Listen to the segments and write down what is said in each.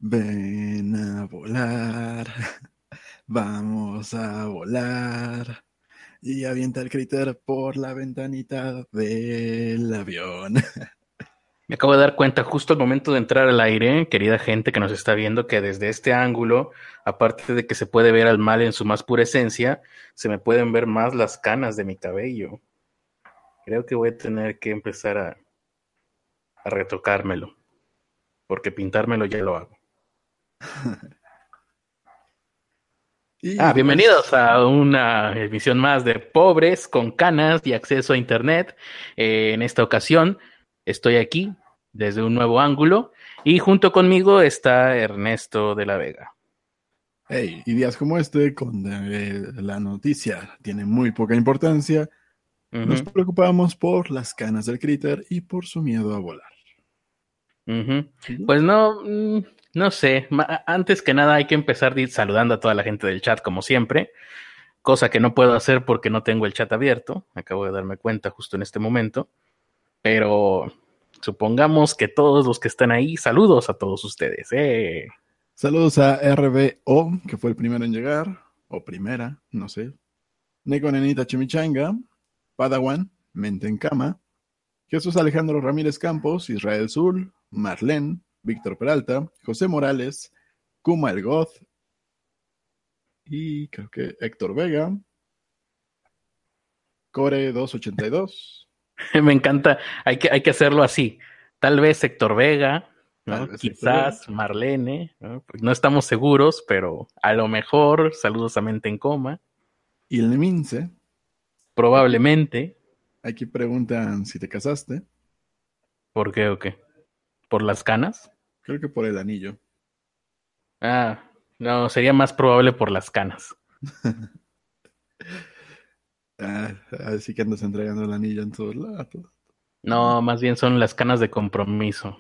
Ven a volar, vamos a volar. Y avienta el críter por la ventanita del avión. Me acabo de dar cuenta justo al momento de entrar al aire, querida gente que nos está viendo, que desde este ángulo, aparte de que se puede ver al mal en su más pura esencia, se me pueden ver más las canas de mi cabello. Creo que voy a tener que empezar a retocármelo, porque pintármelo ya lo hago. Y Bienvenidos pues, a una emisión más de Pobres con Canas y Acceso a Internet. En esta ocasión estoy aquí desde un nuevo ángulo y junto conmigo está Ernesto de la Vega. hey, y días como este, con la noticia tiene muy poca importancia, nos Ujú, preocupamos por las canas del críter y por su miedo a volar. ujú. ¿Y yo? Pues no, no sé. Antes que nada hay que empezar saludando a toda la gente del chat como siempre, cosa que no puedo hacer porque no tengo el chat abierto. Acabo de darme cuenta justo en este momento. Pero supongamos que todos los que están ahí, saludos a todos ustedes. Saludos a RBO, que fue el primero en llegar, o primera, no sé. Neko Nenita Chimichanga, Padawan, Mente en Cama, Jesús Alejandro Ramírez Campos, Israel Zul, Marlene, Víctor Peralta, José Morales, Kuma el Goth y creo que Héctor Vega, Core 282, Me encanta, hay que hacerlo así. Tal vez Héctor Vega, tal ¿no? vez Héctor Vega, Quizás Marlene, ¿no? Pues no estamos seguros, pero a lo mejor, saludos a Mente en Coma, y el Mince. Aquí, probablemente. aquí preguntan si te casaste, ¿Por qué o qué? ¿Por las canas? creo que por el anillo. No, sería más probable por las canas. Así que andas entregando el anillo en todos lados. No, más bien son las canas de compromiso.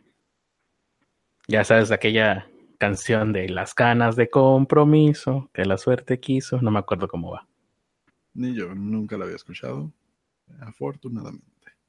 Ya sabes, aquella canción de las canas de compromiso, que la suerte quiso, no me acuerdo cómo va. Ni yo, nunca lo había escuchado, afortunadamente.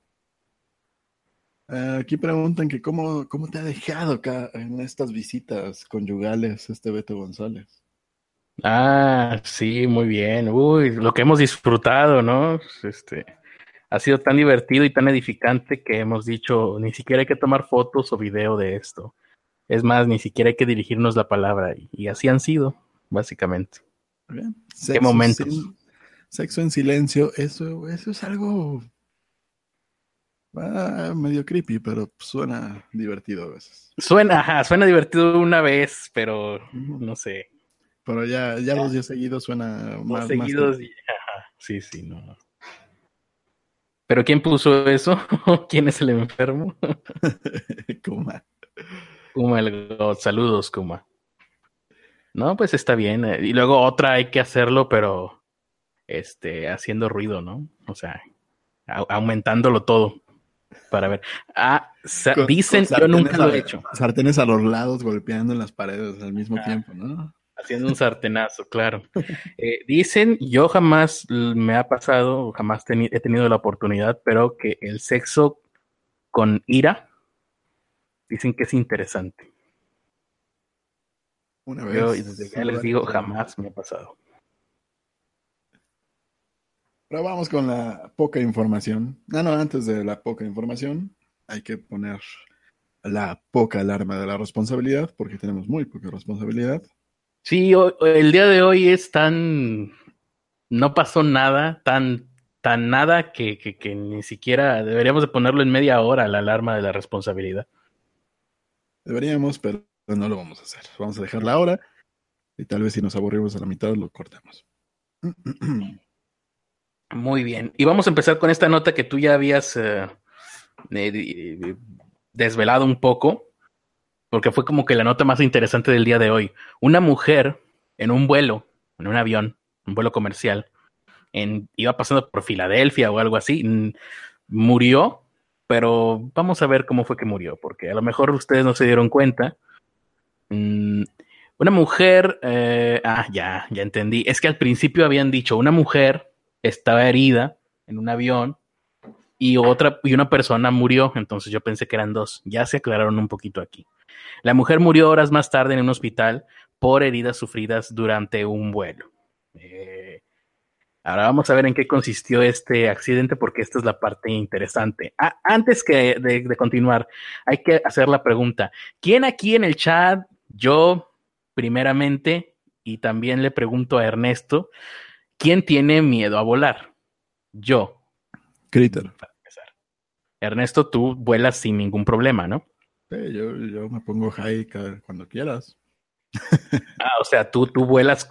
Aquí preguntan que cómo te ha dejado acá en estas visitas conyugales este Beto González. Sí, muy bien. Uy, lo que hemos disfrutado, ¿no? Ha sido tan divertido y tan edificante que hemos dicho, ni siquiera hay que tomar fotos o video de esto. Es más, ni siquiera hay que dirigirnos la palabra. Y así han sido, básicamente. Bien. ¿Qué momentos? Sexo en silencio, eso es algo medio creepy, pero suena divertido a veces. Suena divertido una vez, pero Ujú. no sé. Pero ya los días seguidos suena Dos más seguidos creepy. y sí, sí, no. ¿Pero quién puso eso? ¿Quién es el enfermo? Kuma. Kuma el God. Saludos, Kuma. No, pues está bien. Y luego otra hay que hacerlo, pero haciendo ruido, ¿no? O sea, aumentándolo todo para ver. Con Dicen, yo nunca lo he hecho. sartenes a los lados golpeando en las paredes al mismo tiempo, ¿no? Haciendo un sartenazo, claro. Dicen, yo jamás me ha pasado, jamás he tenido la oportunidad, pero que el sexo con ira, dicen que es interesante. Una Yo vez, desde ya una les vez, digo, ya. jamás me ha pasado. Pero vamos con la poca información. No, antes de la poca información, hay que poner la poca alarma de la responsabilidad, porque tenemos muy poca responsabilidad. Sí, el día de hoy es tan, no pasó nada, tan nada que ni siquiera deberíamos de ponerlo en media hora la alarma de la responsabilidad. Deberíamos, pero no lo vamos a hacer. Vamos a dejarla ahora y tal vez si nos aburrimos a la mitad lo cortemos. Muy bien. Y vamos a empezar con esta nota que tú ya habías eh, desvelado un poco, porque fue como que la nota más interesante del día de hoy. Una mujer en un vuelo, en un avión, un vuelo comercial, iba pasando por Filadelfia o algo así, murió, pero vamos a ver cómo fue que murió, porque a lo mejor ustedes no se dieron cuenta. Mm, una mujer, ya entendí. Es que al principio habían dicho, una mujer estaba herida en un avión y una persona murió, entonces yo pensé que eran dos. Ya se aclararon un poquito aquí. La mujer murió horas más tarde en un hospital por heridas sufridas durante un vuelo. Ahora vamos a ver en qué consistió este accidente, porque esta es la parte interesante. Antes de continuar, hay que hacer la pregunta. ¿Quién aquí en el chat, yo primeramente, y también le pregunto a Ernesto, ¿quién tiene miedo a volar? Yo. Critter. Para empezar. Ernesto, tú vuelas sin ningún problema, ¿no? Sí, yo me pongo high cuando quieras. O sea, tú vuelas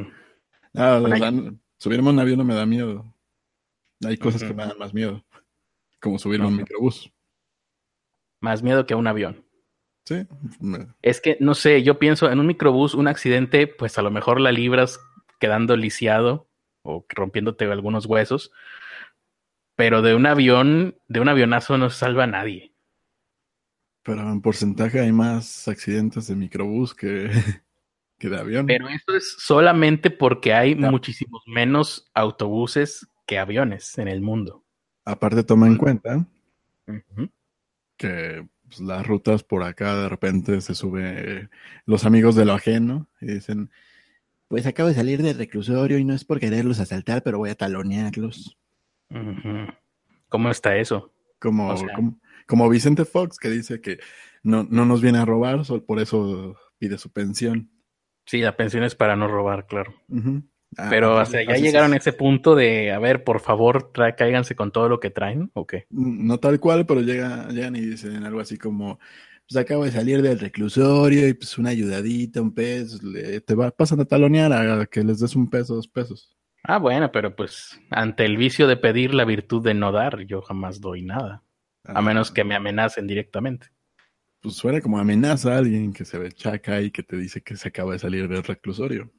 con O sea, ayuda. subirme a un avión no me da miedo. Hay cosas que Ujú, me dan más miedo, como subirme a un ujú. microbús. Más miedo que a un avión. Sí, Es que, no sé, yo pienso en un microbús, un accidente, pues a lo mejor la libras quedando lisiado o rompiéndote algunos huesos, pero de un avionazo no se salva a nadie. pero en porcentaje hay más accidentes de microbús que de avión. Pero eso es solamente porque hay Ya. muchísimos menos autobuses que aviones en el mundo. Aparte, toma en cuenta Ujú. que pues, las rutas por acá de repente se sube los amigos de lo ajeno y dicen, pues acabo de salir del reclusorio y no es por quererlos asaltar, pero voy a talonearlos. Ujú. ¿Cómo está eso? O Como, sea, como, como Vicente Fox que dice que no nos viene a robar, por eso pide su pensión. sí, la pensión es para no robar, claro. Ujú. Pero, o sea, ya Así llegaron a ese punto de, a ver, por favor, cáiganse con todo lo que traen, ¿o qué? no tal cual, pero llegan y dicen algo así como, pues acabo de salir del reclusorio y pues una ayudadita, un peso, pasan a talonear a que les des un peso, 2 pesos. Ah, bueno, pero pues ante el vicio de pedir la virtud de no dar, yo jamás doy nada, a menos Ah, que me amenacen directamente. pues suena como amenaza a alguien que se ve chaca y que te dice que se acaba de salir del reclusorio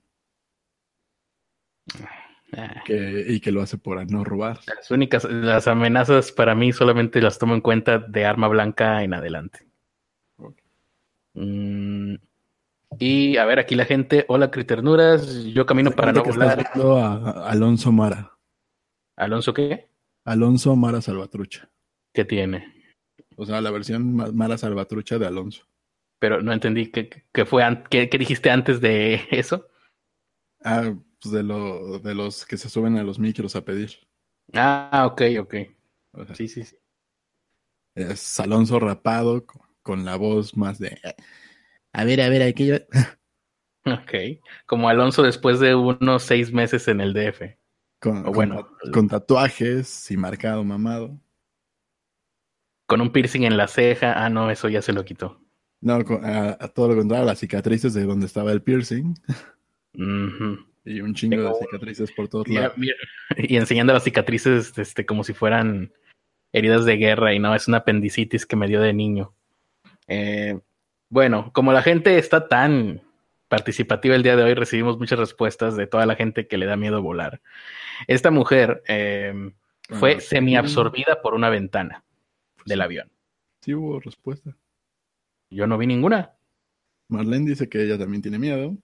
Ah, y que lo hace por no robar. las amenazas para mí solamente las tomo en cuenta de arma blanca en adelante. Ok. Mm, y a ver, aquí la gente, hola criternuras, yo Haz camino de para cuenta no que estás volar. viendo a Alonso Mara. ¿Alonso qué? Alonso Mara Salvatrucha. ¿Qué tiene? O sea, la versión Mara Salvatrucha de Alonso. Pero no entendí qué fue, qué dijiste antes de eso. Ah, pues de los que se suben a los micros a pedir. Ah, ok, ok. O sea, Sí, sí, sí. es Alonso rapado con la voz más de... a ver, aquí yo... Ok. Como Alonso después de unos 6 meses en el DF. Con, O con, bueno, ta- con tatuajes y marcado mamado. con un piercing en la ceja. Ah, no, eso ya se lo quitó. No, a todo lo contrario, las cicatrices de donde estaba el piercing Ujú. y un chingo de Tengo cicatrices por todos mira, lados. mira. Y enseñando las cicatrices, como si fueran heridas de guerra y no, es una apendicitis que me dio de niño. Eh, bueno, como la gente está tan participativa el día de hoy, recibimos muchas respuestas de toda la gente que le da miedo volar. Esta mujer fue Sí, semi-absorbida por una ventana pues del sí, avión. sí hubo respuesta. Yo no vi ninguna. Marlene dice que ella también tiene miedo.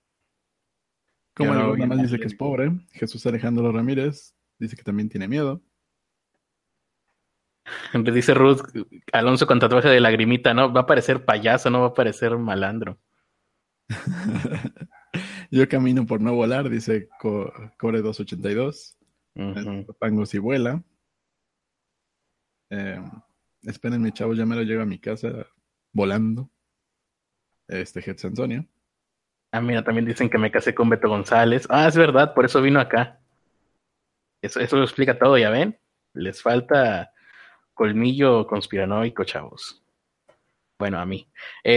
Yo Como no algo vi nada a más dice que es Marlene. pobre. Jesús Alejandro Ramírez dice que también tiene miedo. Dice Ruth, Alonso con tatuaje de lagrimita, ¿no? Va a parecer payaso, no va a parecer malandro. Yo camino por no volar, dice Core 282. Ujú. Pango si vuela. Eh, espérenme, chavos, ya me lo llevo a mi casa volando. Hetz Antonio. Ah, mira, también dicen que me casé con Beto González. Ah, es verdad, por eso vino acá. Eso lo explica todo, ¿ya ven? Les falta colmillo conspiranoico, chavos. Bueno, a mí.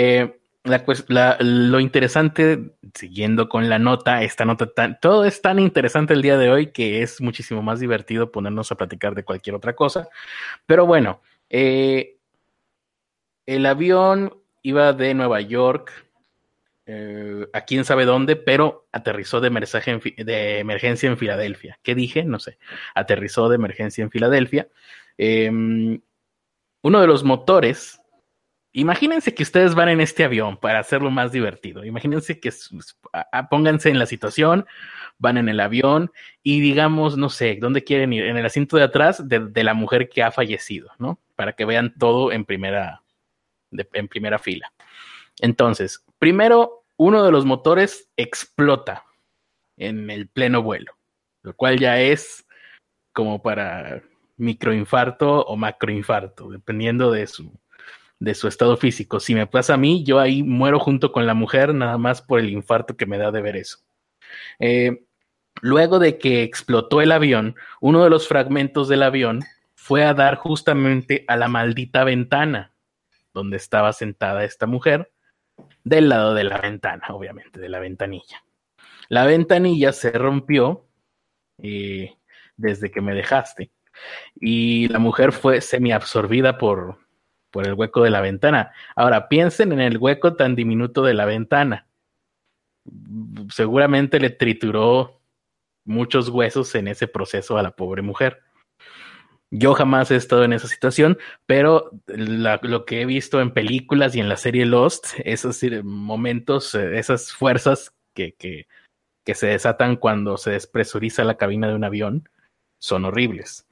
Lo interesante, siguiendo con la nota, todo es tan interesante el día de hoy que es muchísimo más divertido ponernos a platicar de cualquier otra cosa. Pero bueno, eh, el avión iba de Nueva York a quién sabe dónde, pero aterrizó de emergencia en Filadelfia. ¿Qué dije? No sé. Aterrizó de emergencia en Filadelfia. Eh, Uno de los motores imagínense que ustedes van en este avión para hacerlo más divertido. Imagínense que pónganse en la situación, van en el avión y digamos, no sé, ¿dónde quieren ir? En el asiento de atrás de la mujer que ha fallecido, ¿no? Para que vean todo en primera fila. Entonces, primero, uno de los motores explota en el pleno vuelo, lo cual ya es como para microinfarto o macroinfarto, dependiendo de su estado físico. Si me pasa a mí, yo ahí muero junto con la mujer, nada más por el infarto que me da de ver eso. Eh, Luego de que explotó el avión, uno de los fragmentos del avión fue a dar justamente a la maldita ventana donde estaba sentada esta mujer, del lado de la ventana, obviamente, de la ventanilla. La ventanilla se rompió eh, desde que me dejaste y la mujer fue semiabsorbida por el hueco de la ventana. Ahora, piensen en el hueco tan diminuto de la ventana. Seguramente le trituró muchos huesos en ese proceso a la pobre mujer. Yo jamás he estado en esa situación, pero lo que he visto en películas y en la serie Lost, esos momentos, esas fuerzas que se desatan cuando se despresuriza la cabina de un avión, son horribles.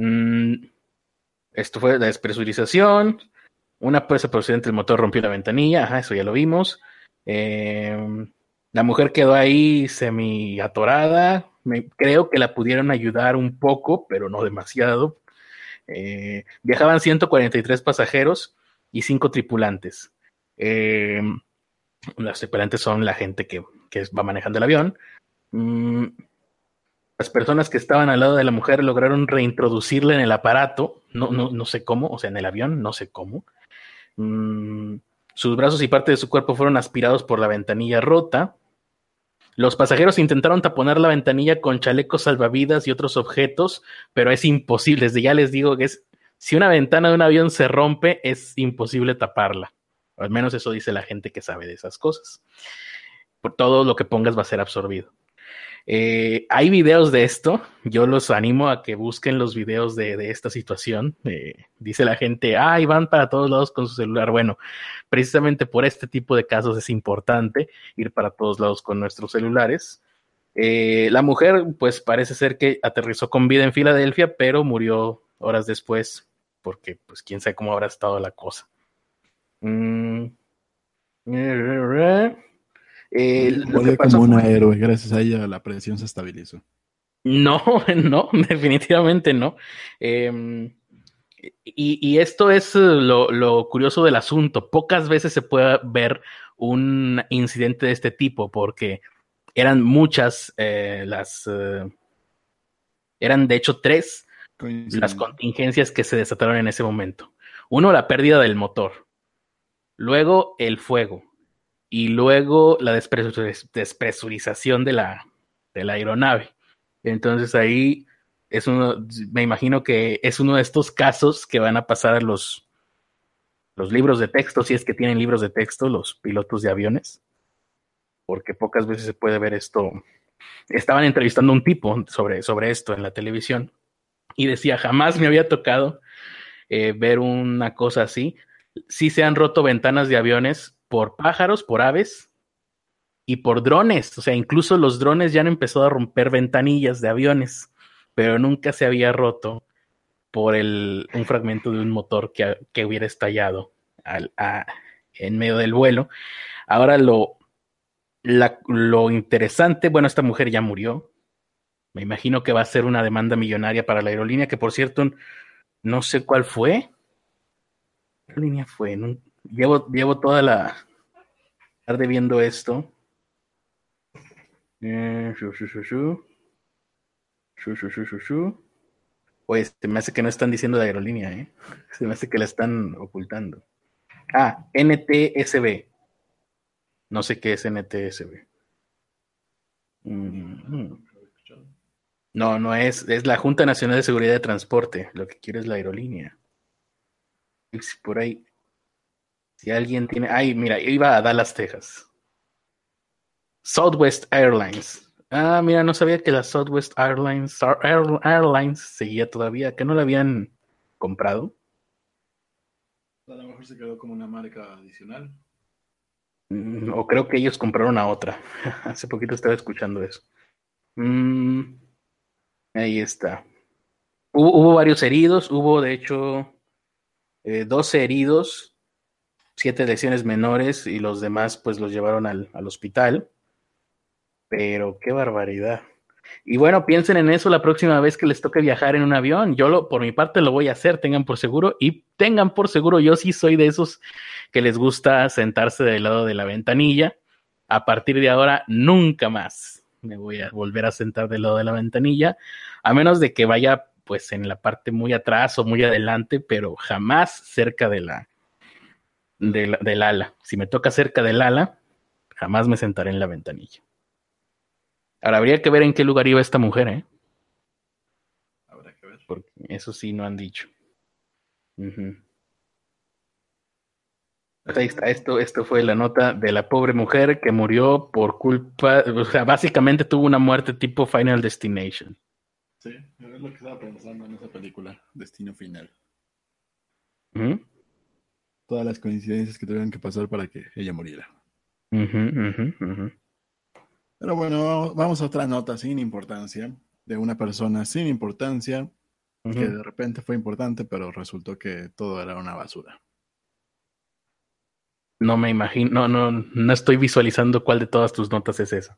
Esto fue la despresurización, una fuerza procedente del motor rompió la ventanilla, ajá, eso ya lo vimos. La mujer quedó ahí semi atorada. Creo que la pudieron ayudar un poco, pero no demasiado. Viajaban 143 pasajeros y 5 tripulantes. Los tripulantes son la gente que va manejando el avión. Las personas que estaban al lado de la mujer lograron reintroducirla en el aparato, no sé cómo, o sea, en el avión, no sé cómo. Sus brazos y parte de su cuerpo fueron aspirados por la ventanilla rota. Los pasajeros intentaron taponar la ventanilla con chalecos salvavidas y otros objetos, pero es imposible. Desde ya les digo que si una ventana de un avión se rompe, es imposible taparla. O al menos eso dice la gente que sabe de esas cosas. Por todo lo que pongas va a ser absorbido. Hay videos de esto, yo los animo a que busquen los videos de esta situación. Dice la gente, van para todos lados con su celular. Bueno, precisamente por este tipo de casos es importante ir para todos lados con nuestros celulares. La mujer, pues parece ser que aterrizó con vida en Filadelfia, pero murió horas después, porque pues quién sabe cómo habrá estado la cosa. Lo que Murió pasó como un fue héroe, gracias a ella la presión se estabilizó. no, no, definitivamente no. Eh, y esto es lo curioso del asunto. Pocas veces se puede ver un incidente de este tipo porque eran muchas eran de hecho 3 las Coincidencia. contingencias que se desataron en ese momento. Uno, la pérdida del motor. Luego, el fuego. Y luego la despresurización de la aeronave. Entonces ahí me imagino que es uno de estos casos que van a pasar a los libros de texto, si es que tienen libros de texto, los pilotos de aviones, porque pocas veces se puede ver esto. Estaban entrevistando a un tipo sobre esto en la televisión y decía, jamás me había tocado ver una cosa así. Sí se han roto ventanas de aviones por pájaros, por aves, y por drones. O sea, incluso los drones ya han empezado a romper ventanillas de aviones, pero nunca se había roto por un fragmento de un motor que hubiera estallado en medio del vuelo. Ahora lo interesante, bueno, esta mujer ya murió. Me imagino que va a ser una demanda millonaria para la aerolínea, que por cierto, no sé cuál fue. ¿Qué aerolínea fue? No, llevo toda la tarde viendo esto. Shu, shu, shu, shu. Shu, shu, shu, shu, shu. Oye, se me hace que no están diciendo de aerolínea, ¿eh? Se me hace que la están ocultando. NTSB. No sé qué es NTSB. No, no es la Junta Nacional de Seguridad de Transporte. Lo que quiero es la aerolínea. Si por ahí, si alguien tiene. Mira, iba a Dallas, Texas. Southwest Airlines. Mira, no sabía que la Southwest Airlines seguía todavía, que no la habían comprado. A lo mejor se quedó como una marca adicional. O creo que ellos compraron a otra. Hace poquito estaba escuchando eso. Mm, ahí está. Hubo varios heridos, hubo de hecho 12 heridos, 7 lesiones menores y los demás pues los llevaron al hospital. Pero qué barbaridad. Y bueno, piensen en eso la próxima vez que les toque viajar en un avión. Por mi parte lo voy a hacer, tengan por seguro. Y tengan por seguro, yo sí soy de esos que les gusta sentarse del lado de la ventanilla. A partir de ahora, nunca más me voy a volver a sentar del lado de la ventanilla, a menos de que vaya pues en la parte muy atrás o muy adelante, pero jamás cerca del ala. Si me toca cerca del ala, jamás me sentaré en la ventanilla. Ahora habría que ver en qué lugar iba esta mujer, ¿eh? Habrá que ver. Porque eso sí no han dicho. Ujú. Pues ahí está, esto fue la nota de la pobre mujer que murió por culpa, o sea, básicamente tuvo una muerte tipo Final Destination. Sí, es lo que estaba pensando en esa película, Destino Final. Ujú, Todas las coincidencias que tuvieron que pasar para que ella muriera. ujú, ujú, ujú, Pero bueno, vamos a otra nota sin importancia, de una persona sin importancia, que ujú. de repente fue importante, pero resultó que todo era una basura. No me imagino, no estoy visualizando cuál de todas tus notas es esa.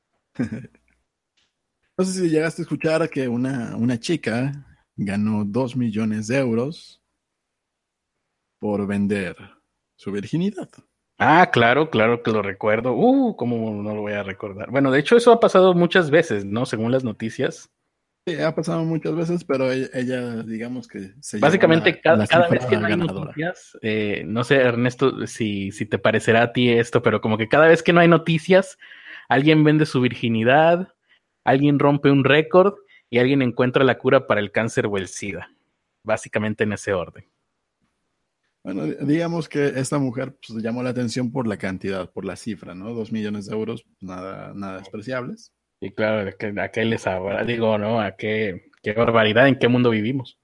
No sé si llegaste a escuchar que una chica ganó 2 millones de euros por vender su virginidad. Ah, claro, claro que lo recuerdo. ¿Cómo no lo voy a recordar? Bueno, de hecho eso ha pasado muchas veces, ¿no? Según las noticias. Sí, ha pasado muchas veces, pero ella, digamos que se llevó Básicamente, la cada vez que cifra no hay ganadora. noticias, no sé, Ernesto, si te parecerá a ti esto, pero como que cada vez que no hay noticias, alguien vende su virginidad, alguien rompe un récord y alguien encuentra la cura para el cáncer o el SIDA. Básicamente en ese orden. Bueno, digamos que esta mujer pues, llamó la atención por la cantidad, por la cifra, ¿no? 2 millones de euros, nada, nada despreciables. Y claro, ¿a qué les habrá? Digo, ¿no? ¿Qué barbaridad? ¿En qué mundo vivimos?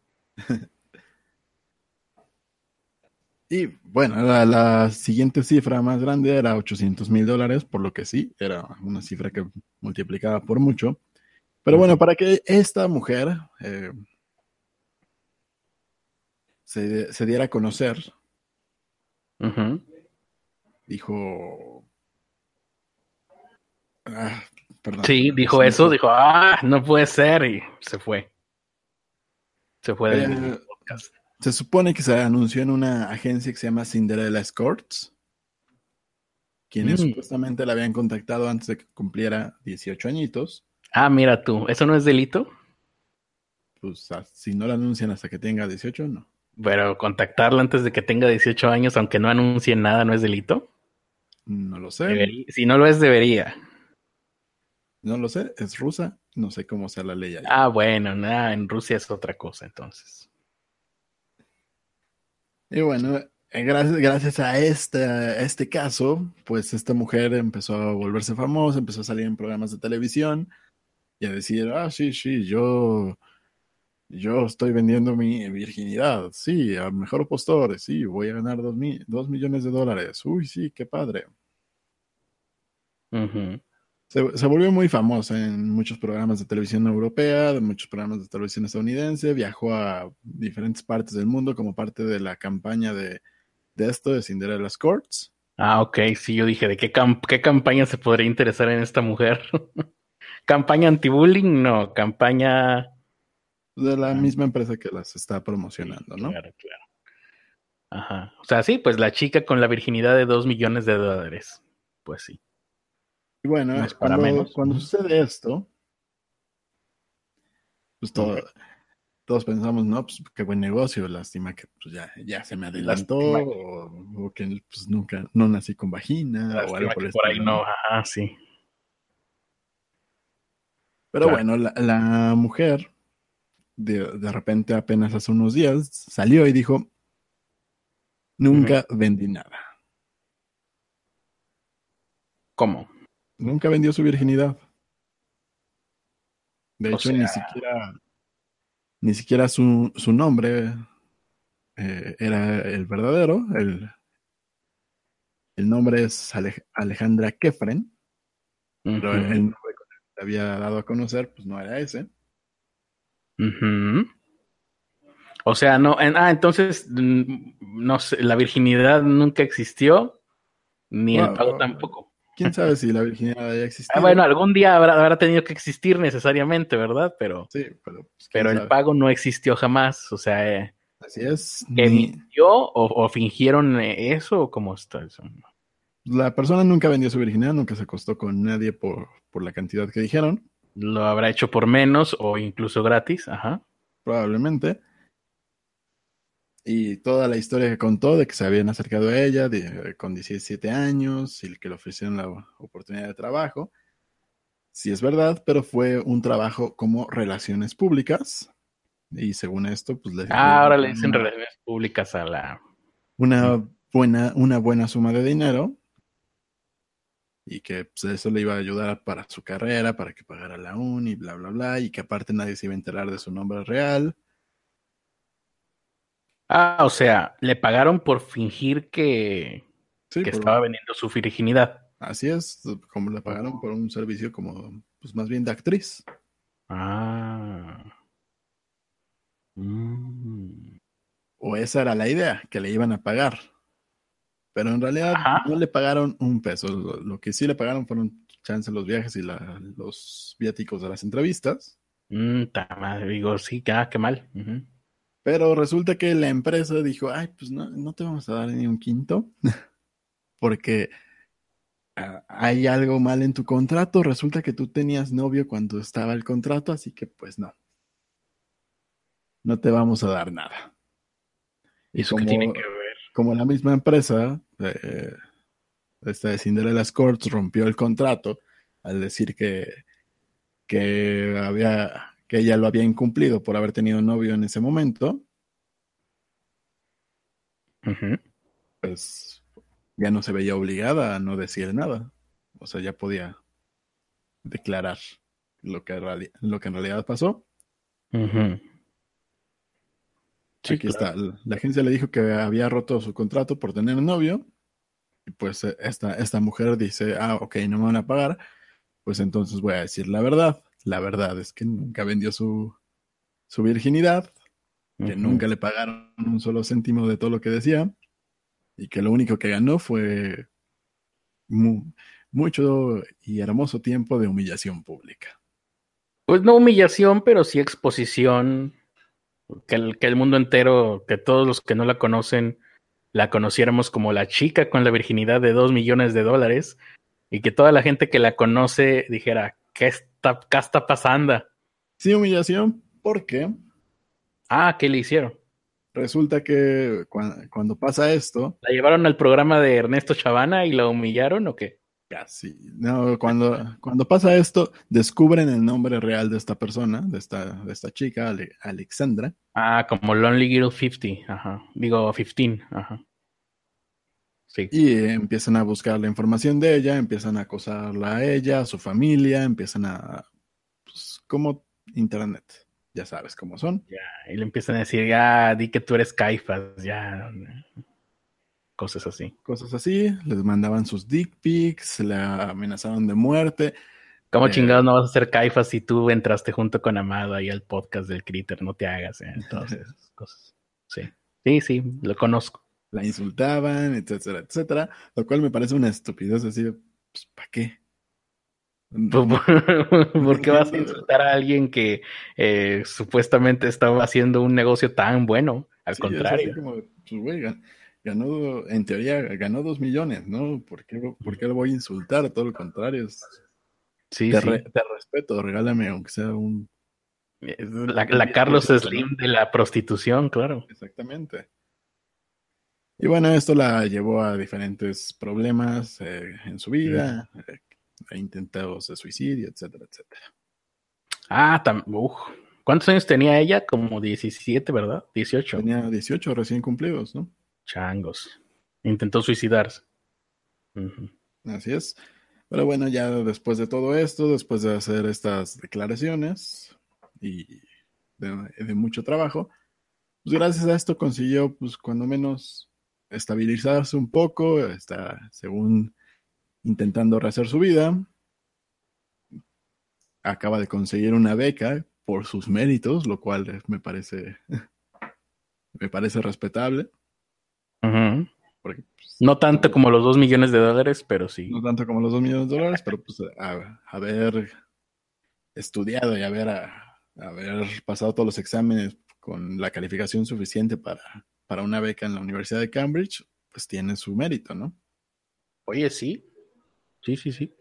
Y bueno, la siguiente cifra más grande era $800,000, por lo que sí, era una cifra que multiplicaba por mucho. Pero Ujú, bueno, para que esta mujer se diera a conocer, ujú. dijo, ah, perdón, Sí, dijo se me eso, fue. dijo, no puede ser, y se fue. Se fue del Eh, podcast. Se supone que se anunció en una agencia que se llama Cinderella Escorts, quienes Mm. supuestamente la habían contactado antes de que cumpliera 18 añitos. Ah, mira tú, ¿eso no es delito? Pues si no la anuncian hasta que tenga 18, no. Pero contactarla antes de que tenga 18 años, aunque no anuncie nada, ¿no es delito? No lo sé, Si no lo es, debería. no lo sé, es rusa, no sé cómo sea la ley allá. Ah, bueno, nada, en Rusia es otra cosa, entonces. Y bueno, gracias a este caso, pues esta mujer empezó a volverse famosa, empezó a salir en programas de televisión y a decir, sí, sí, yo estoy vendiendo mi virginidad, sí, al mejor postor, sí, voy a ganar 2 millones de dólares. Uy, sí, qué padre. Ujú, Se volvió muy famosa en muchos programas de televisión europea, de muchos programas de televisión estadounidense, viajó a diferentes partes del mundo como parte de la campaña de esto, de Cinderella's Courts, Ah, ok, sí, yo dije, ¿qué campaña se podría interesar en esta mujer? ¿Campaña anti-bullying? No, campaña... de la Ah, misma empresa que las está sí, promocionando, ¿no? claro, claro. Ajá. O sea, sí, pues la chica con la virginidad de 2 millones de dólares. Pues sí, Y bueno, no es para cuando, menos. cuando Ujú, sucede esto, pues ujú. todos pensamos, no, pues qué buen negocio, lástima que pues, ya se me adelantó, Lástima, o que pues nunca, no nací con vagina, o algo lástima por que el por ahí estilo, ¿no? no, ajá, sí, Pero claro. bueno, la mujer de repente apenas hace unos días salió y dijo, Ujú. nunca vendí nada, ¿Cómo? nunca vendió su virginidad. De O hecho, sea, ni siquiera su nombre era el verdadero. El nombre es Alejandra Kefren, pero Ujú, el nombre que le había dado a conocer, pues no era ese. ujú. O sea, no, entonces, no sé, la virginidad nunca existió, ni el pago Wow, tampoco. quién sabe si la virginidad haya Bueno, existido. algún día habrá tenido que existir necesariamente, ¿verdad? Sí, pero pues quién Pero el sabe. pago no existió jamás. O sea, Así es, ¿que ni mintió o fingieron eso o cómo está eso? la persona nunca vendió su virginidad, nunca se acostó con nadie por la cantidad que dijeron, Lo habrá hecho por menos o incluso gratis, ajá. probablemente. Y toda la historia que contó de que se habían acercado a ella con 17 años y que le ofrecieron la oportunidad de trabajo, sí es verdad, pero fue un trabajo como relaciones públicas. Y según esto, pues le Ah, iban a ahora le pagar dicen relaciones públicas a la... una buena suma de dinero y que pues, eso le iba a ayudar para su carrera, para que pagara la uni, bla, bla, bla, y que aparte nadie se iba a enterar de su nombre real. Ah, o sea, le pagaron por fingir Sí, que estaba vendiendo su virginidad. así es, como le pagaron por un servicio como, pues más bien de actriz. Ah. Mm. O esa era la idea, que le iban a pagar. Pero en realidad no Ajá. le pagaron un peso. Lo que sí le pagaron fueron chance los viajes y los viáticos de las entrevistas. Digo, sí, qué mal. Ujú. Pero resulta que la empresa dijo, ay, pues no, no te vamos a dar ni un quinto porque hay algo mal en tu contrato. Resulta que tú tenías novio cuando estaba el contrato, así que pues no, no te vamos a dar nada. ¿Y Y eso qué tiene que ver? como la misma empresa, esta de Cinderella Courts rompió el contrato al decir que ella lo había incumplido por haber tenido novio en ese momento, Ujú, pues ya no se veía obligada a no decir nada. O sea, ya podía declarar lo que en realidad pasó. ujú. Sí, Aquí claro. está. La agencia le dijo que había roto su contrato por tener novio. Y pues esta mujer dice, ah, ok, no me van a pagar. Pues entonces voy a decir la verdad. La verdad es que nunca vendió su virginidad, que Ujú. nunca le pagaron un solo céntimo de todo lo que decía y que lo único que ganó fue mu- mucho y hermoso tiempo de humillación pública. Pues no humillación, pero sí exposición, que el mundo entero, que todos los que no la conocen, la conociéramos como la chica con la virginidad de $2 millones y que toda la gente que la conoce dijera, qué está pasando? Sí, humillación, porque ¿Qué le hicieron? resulta que cuando pasa esto, ¿La llevaron al programa de Ernesto Chavana y la humillaron o qué? casi, no, cuando pasa esto, descubren el nombre real de esta persona, de esta chica, Alexandra, Como Lonely Girl 50, ajá. Digo, 15, ajá. Sí. y empiezan a buscar la información de ella, empiezan a acosarla a ella, a su familia, empiezan pues, como internet, ya sabes cómo son. Ya, y le empiezan a decir, ya, di que tú eres Caifas, ya, cosas así. Cosas así, les mandaban sus dick pics, la amenazaron de muerte. ¿Cómo eh, chingados no vas a ser Caifas si tú entraste junto con Amado ahí al podcast del Critter? No te hagas, todas esas cosas. Sí, sí, sí, lo conozco. la insultaban, etcétera, etcétera, lo cual me parece una estupidez así, pues, ¿para qué? No, no ¿Por qué vas a entiendo. insultar a alguien que supuestamente estaba haciendo un negocio tan bueno? Al Sí, es así contrario. como, pues, güey, ganó, en teoría, ganó 2 millones, ¿no? ¿Por qué lo voy a insultar? Todo lo contrario, Sí, sí. te respeto, regálame aunque sea Es un la diez por Carlos ciento ¿no? Slim de la prostitución, claro. Exactamente. Y bueno, esto la llevó a diferentes problemas en su Mm. vida, a intentos de suicidio, etcétera, etcétera. ¿Cuántos años tenía ella? Como 17, ¿verdad? 18. Tenía 18 recién cumplidos, ¿no? Changos. Intentó suicidarse. Ujú. Así es. Pero bueno, ya después de todo esto, después de hacer estas declaraciones y de mucho trabajo, Pues gracias a esto consiguió, pues cuando menos, estabilizarse un poco, está, según intentando rehacer su vida, acaba de conseguir una beca por sus méritos, lo cual me parece respetable, Ujú. porque pues, No tanto tuvo, como los 2 millones de dólares, pero sí. no tanto como los $2 millones, pero pues haber estudiado y haber pasado todos los exámenes con la calificación suficiente para una beca en la Universidad de Cambridge, pues tiene su mérito, ¿no? Oye, sí, sí, sí, sí.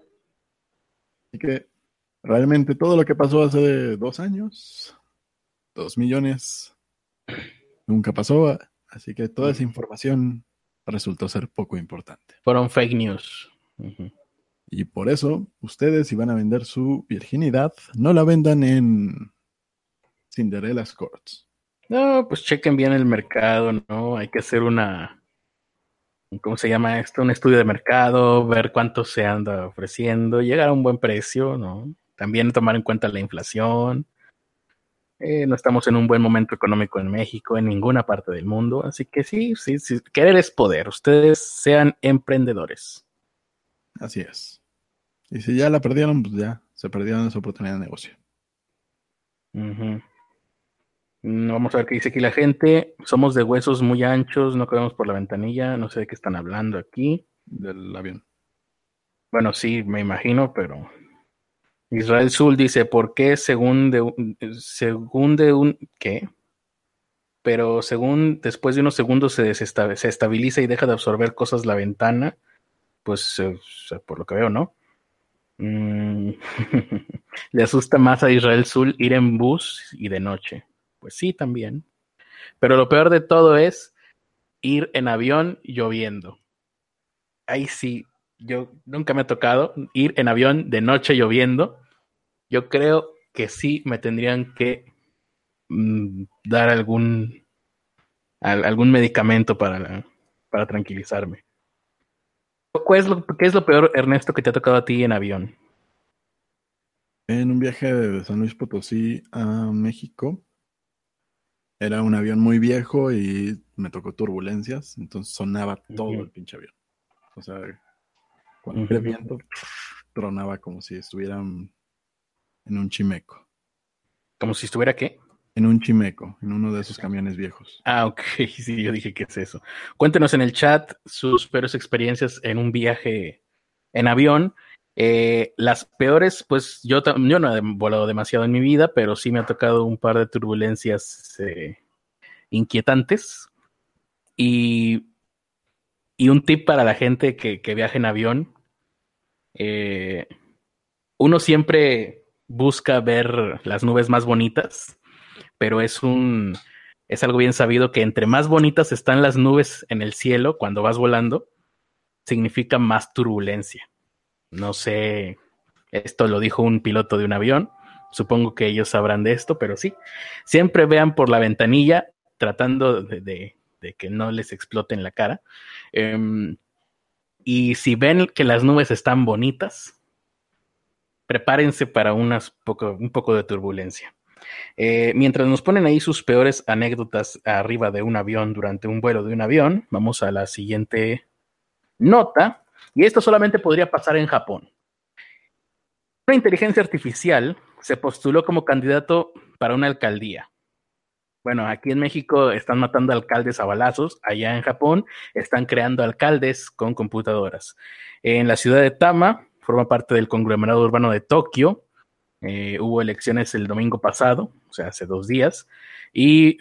Así que realmente todo lo que pasó hace 2 años, 2 millones, nunca pasó, así que toda esa Ujú. información resultó ser poco importante. Fueron fake news. Ujú. Y por eso, ustedes, si van a vender su virginidad, no la vendan en Cinderella's Courts. No, pues chequen bien el mercado, ¿no? Hay que hacer ¿cómo se llama esto? Un estudio de mercado, ver cuánto se anda ofreciendo, llegar a un buen precio, ¿no? También tomar en cuenta la inflación. No estamos en un buen momento económico en México, en ninguna parte del mundo, así que sí, sí, sí, querer es poder. Ustedes sean emprendedores. Así es. Y si ya la perdieron, pues ya se perdieron esa oportunidad de negocio. Ujú. Vamos a ver qué dice aquí la gente. Somos de huesos muy anchos, no cabemos por la ventanilla. No sé de qué están hablando aquí. Del avión. Bueno, sí, me imagino, pero Israel Sul dice, ¿por qué según de un, ¿qué? Pero según después de unos segundos se estabiliza y deja de absorber cosas la ventana? Pues por lo que veo, ¿no? Mm, Le asusta más a Israel Sul ir en bus y de noche. Pues sí, también. Pero lo peor de todo es ir en avión lloviendo. Ahí sí, yo nunca me ha tocado ir en avión de noche lloviendo. Yo creo que sí me tendrían que dar algún medicamento para tranquilizarme. ¿Qué es lo peor, Ernesto, que te ha tocado a ti en avión? En un viaje de San Luis Potosí a México, era un avión muy viejo y me tocó turbulencias, entonces sonaba todo Ujú, el pinche avión. O sea, cualquier ujú. viento tronaba como si estuvieran en un chimeco. Como si estuviera qué. En un chimeco, en uno de esos camiones viejos. Ah, ok, sí, yo dije, ¿qué es eso? Cuéntenos en el chat sus peores experiencias en un viaje en avión. Las peores, pues yo no he volado demasiado en mi vida, pero sí me ha tocado un par de turbulencias inquietantes. Y, y un tip para la gente que viaja en avión, eh, uno siempre busca ver las nubes más bonitas, pero es algo bien sabido que entre más bonitas están las nubes en el cielo cuando vas volando, significa más turbulencia. No sé, esto lo dijo un piloto de un avión, supongo que ellos sabrán de esto, pero sí, siempre vean por la ventanilla tratando de que no les explote en la cara. Y si ven que las nubes están bonitas, prepárense para un poco de turbulencia. Mientras nos ponen ahí sus peores anécdotas arriba de un avión durante un vuelo de un avión, vamos a la siguiente nota. Y esto solamente podría pasar en Japón. Una inteligencia artificial se postuló como candidato para una alcaldía. Bueno, aquí en México están matando alcaldes a balazos, allá en Japón están creando alcaldes con computadoras. En la ciudad de Tama, forma parte del conglomerado urbano de Tokio, hubo elecciones el domingo pasado, o sea, hace 2 días, y,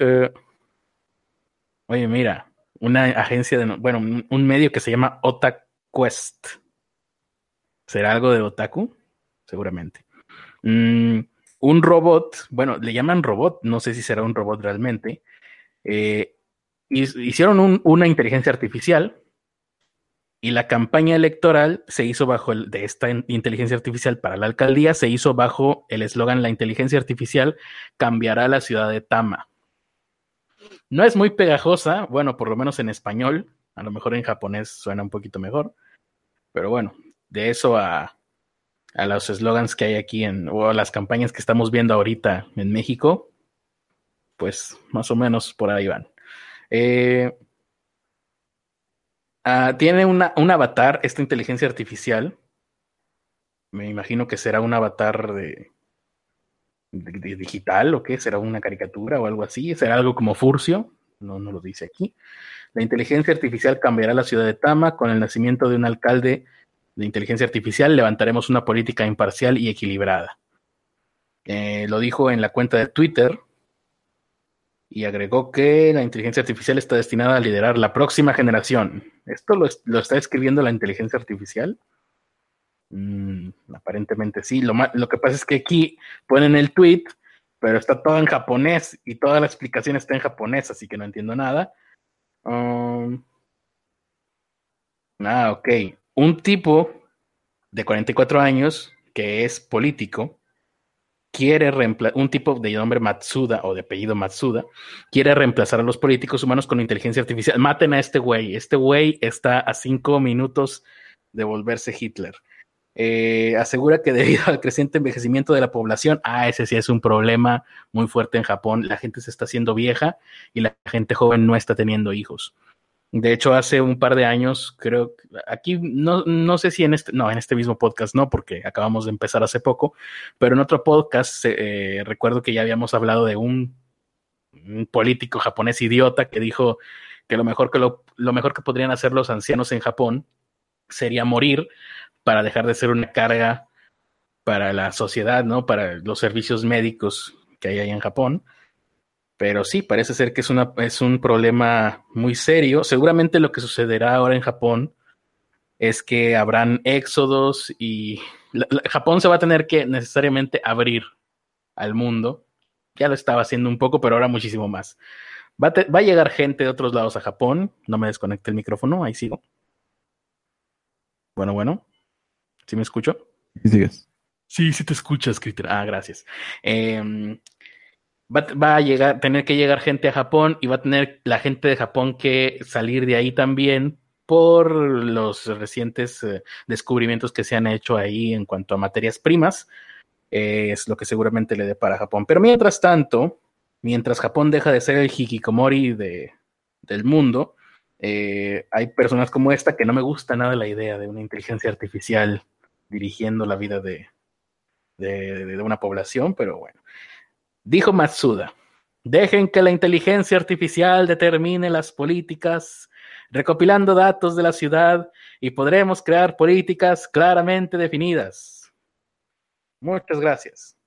oye, mira, una agencia bueno, un medio que se llama OtaQuest. ¿Será algo de otaku? Seguramente. Mm, un robot, bueno, le llaman robot, no sé si será un robot realmente. eh, Hicieron una inteligencia artificial y la campaña electoral se hizo de esta inteligencia artificial para la alcaldía, se hizo bajo el eslogan: la inteligencia artificial cambiará la ciudad de Tama. No es muy pegajosa, bueno, por lo menos en español, a lo mejor en japonés suena un poquito mejor, pero bueno, de eso a los eslogans que hay aquí o a las campañas que estamos viendo ahorita en México, pues más o menos por ahí van. Tiene un avatar, esta inteligencia artificial. Me imagino que será un avatar de digital o qué, será una caricatura o algo así, será algo como Furcio, no lo dice aquí. La inteligencia artificial cambiará la ciudad de Tama. Con el nacimiento de un alcalde de inteligencia artificial levantaremos una política imparcial y equilibrada. Lo dijo en la cuenta de Twitter y agregó que la inteligencia artificial está destinada a liderar la próxima generación. ¿Esto lo está escribiendo la inteligencia artificial? Aparentemente sí. Lo que pasa es que aquí ponen el tweet, pero está todo en japonés y toda la explicación está en japonés, así que no entiendo nada. Ok. Un tipo de 44 años que es político quiere un tipo de nombre Matsuda o de apellido Matsuda quiere reemplazar a los políticos humanos con inteligencia artificial. Maten a este güey. Este güey está a 5 minutos de volverse Hitler. Asegura que debido al creciente envejecimiento de la población, ese sí es un problema muy fuerte en Japón, la gente se está haciendo vieja y la gente joven no está teniendo hijos. De hecho, hace un par de años, creo, aquí no sé si en este mismo podcast no, porque acabamos de empezar hace poco, pero en otro podcast recuerdo que ya habíamos hablado de un político japonés idiota que dijo que lo mejor que podrían hacer los ancianos en Japón sería morir para dejar de ser una carga para la sociedad, ¿no? Para los servicios médicos que hay ahí en Japón. Pero sí, parece ser que es un problema muy serio. Seguramente lo que sucederá ahora en Japón es que habrán éxodos y Japón se va a tener que necesariamente abrir al mundo. Ya lo estaba haciendo un poco, pero ahora muchísimo más. Va a llegar gente de otros lados a Japón. No me desconecte el micrófono, ahí sigo. Bueno, ¿sí me escucho? Y sigues. Sí, sí te escuchas, Critter. Gracias. Va a tener que llegar gente a Japón y va a tener la gente de Japón que salir de ahí también por los recientes descubrimientos que se han hecho ahí en cuanto a materias primas. Es lo que seguramente le depara a Japón. Pero mientras tanto, mientras Japón deja de ser el hikikomori del mundo, hay personas como esta que no me gusta nada la idea de una inteligencia artificial dirigiendo la vida de una población, pero bueno. Dijo Matsuda, dejen que la inteligencia artificial determine las políticas, recopilando datos de la ciudad y podremos crear políticas claramente definidas. Muchas gracias.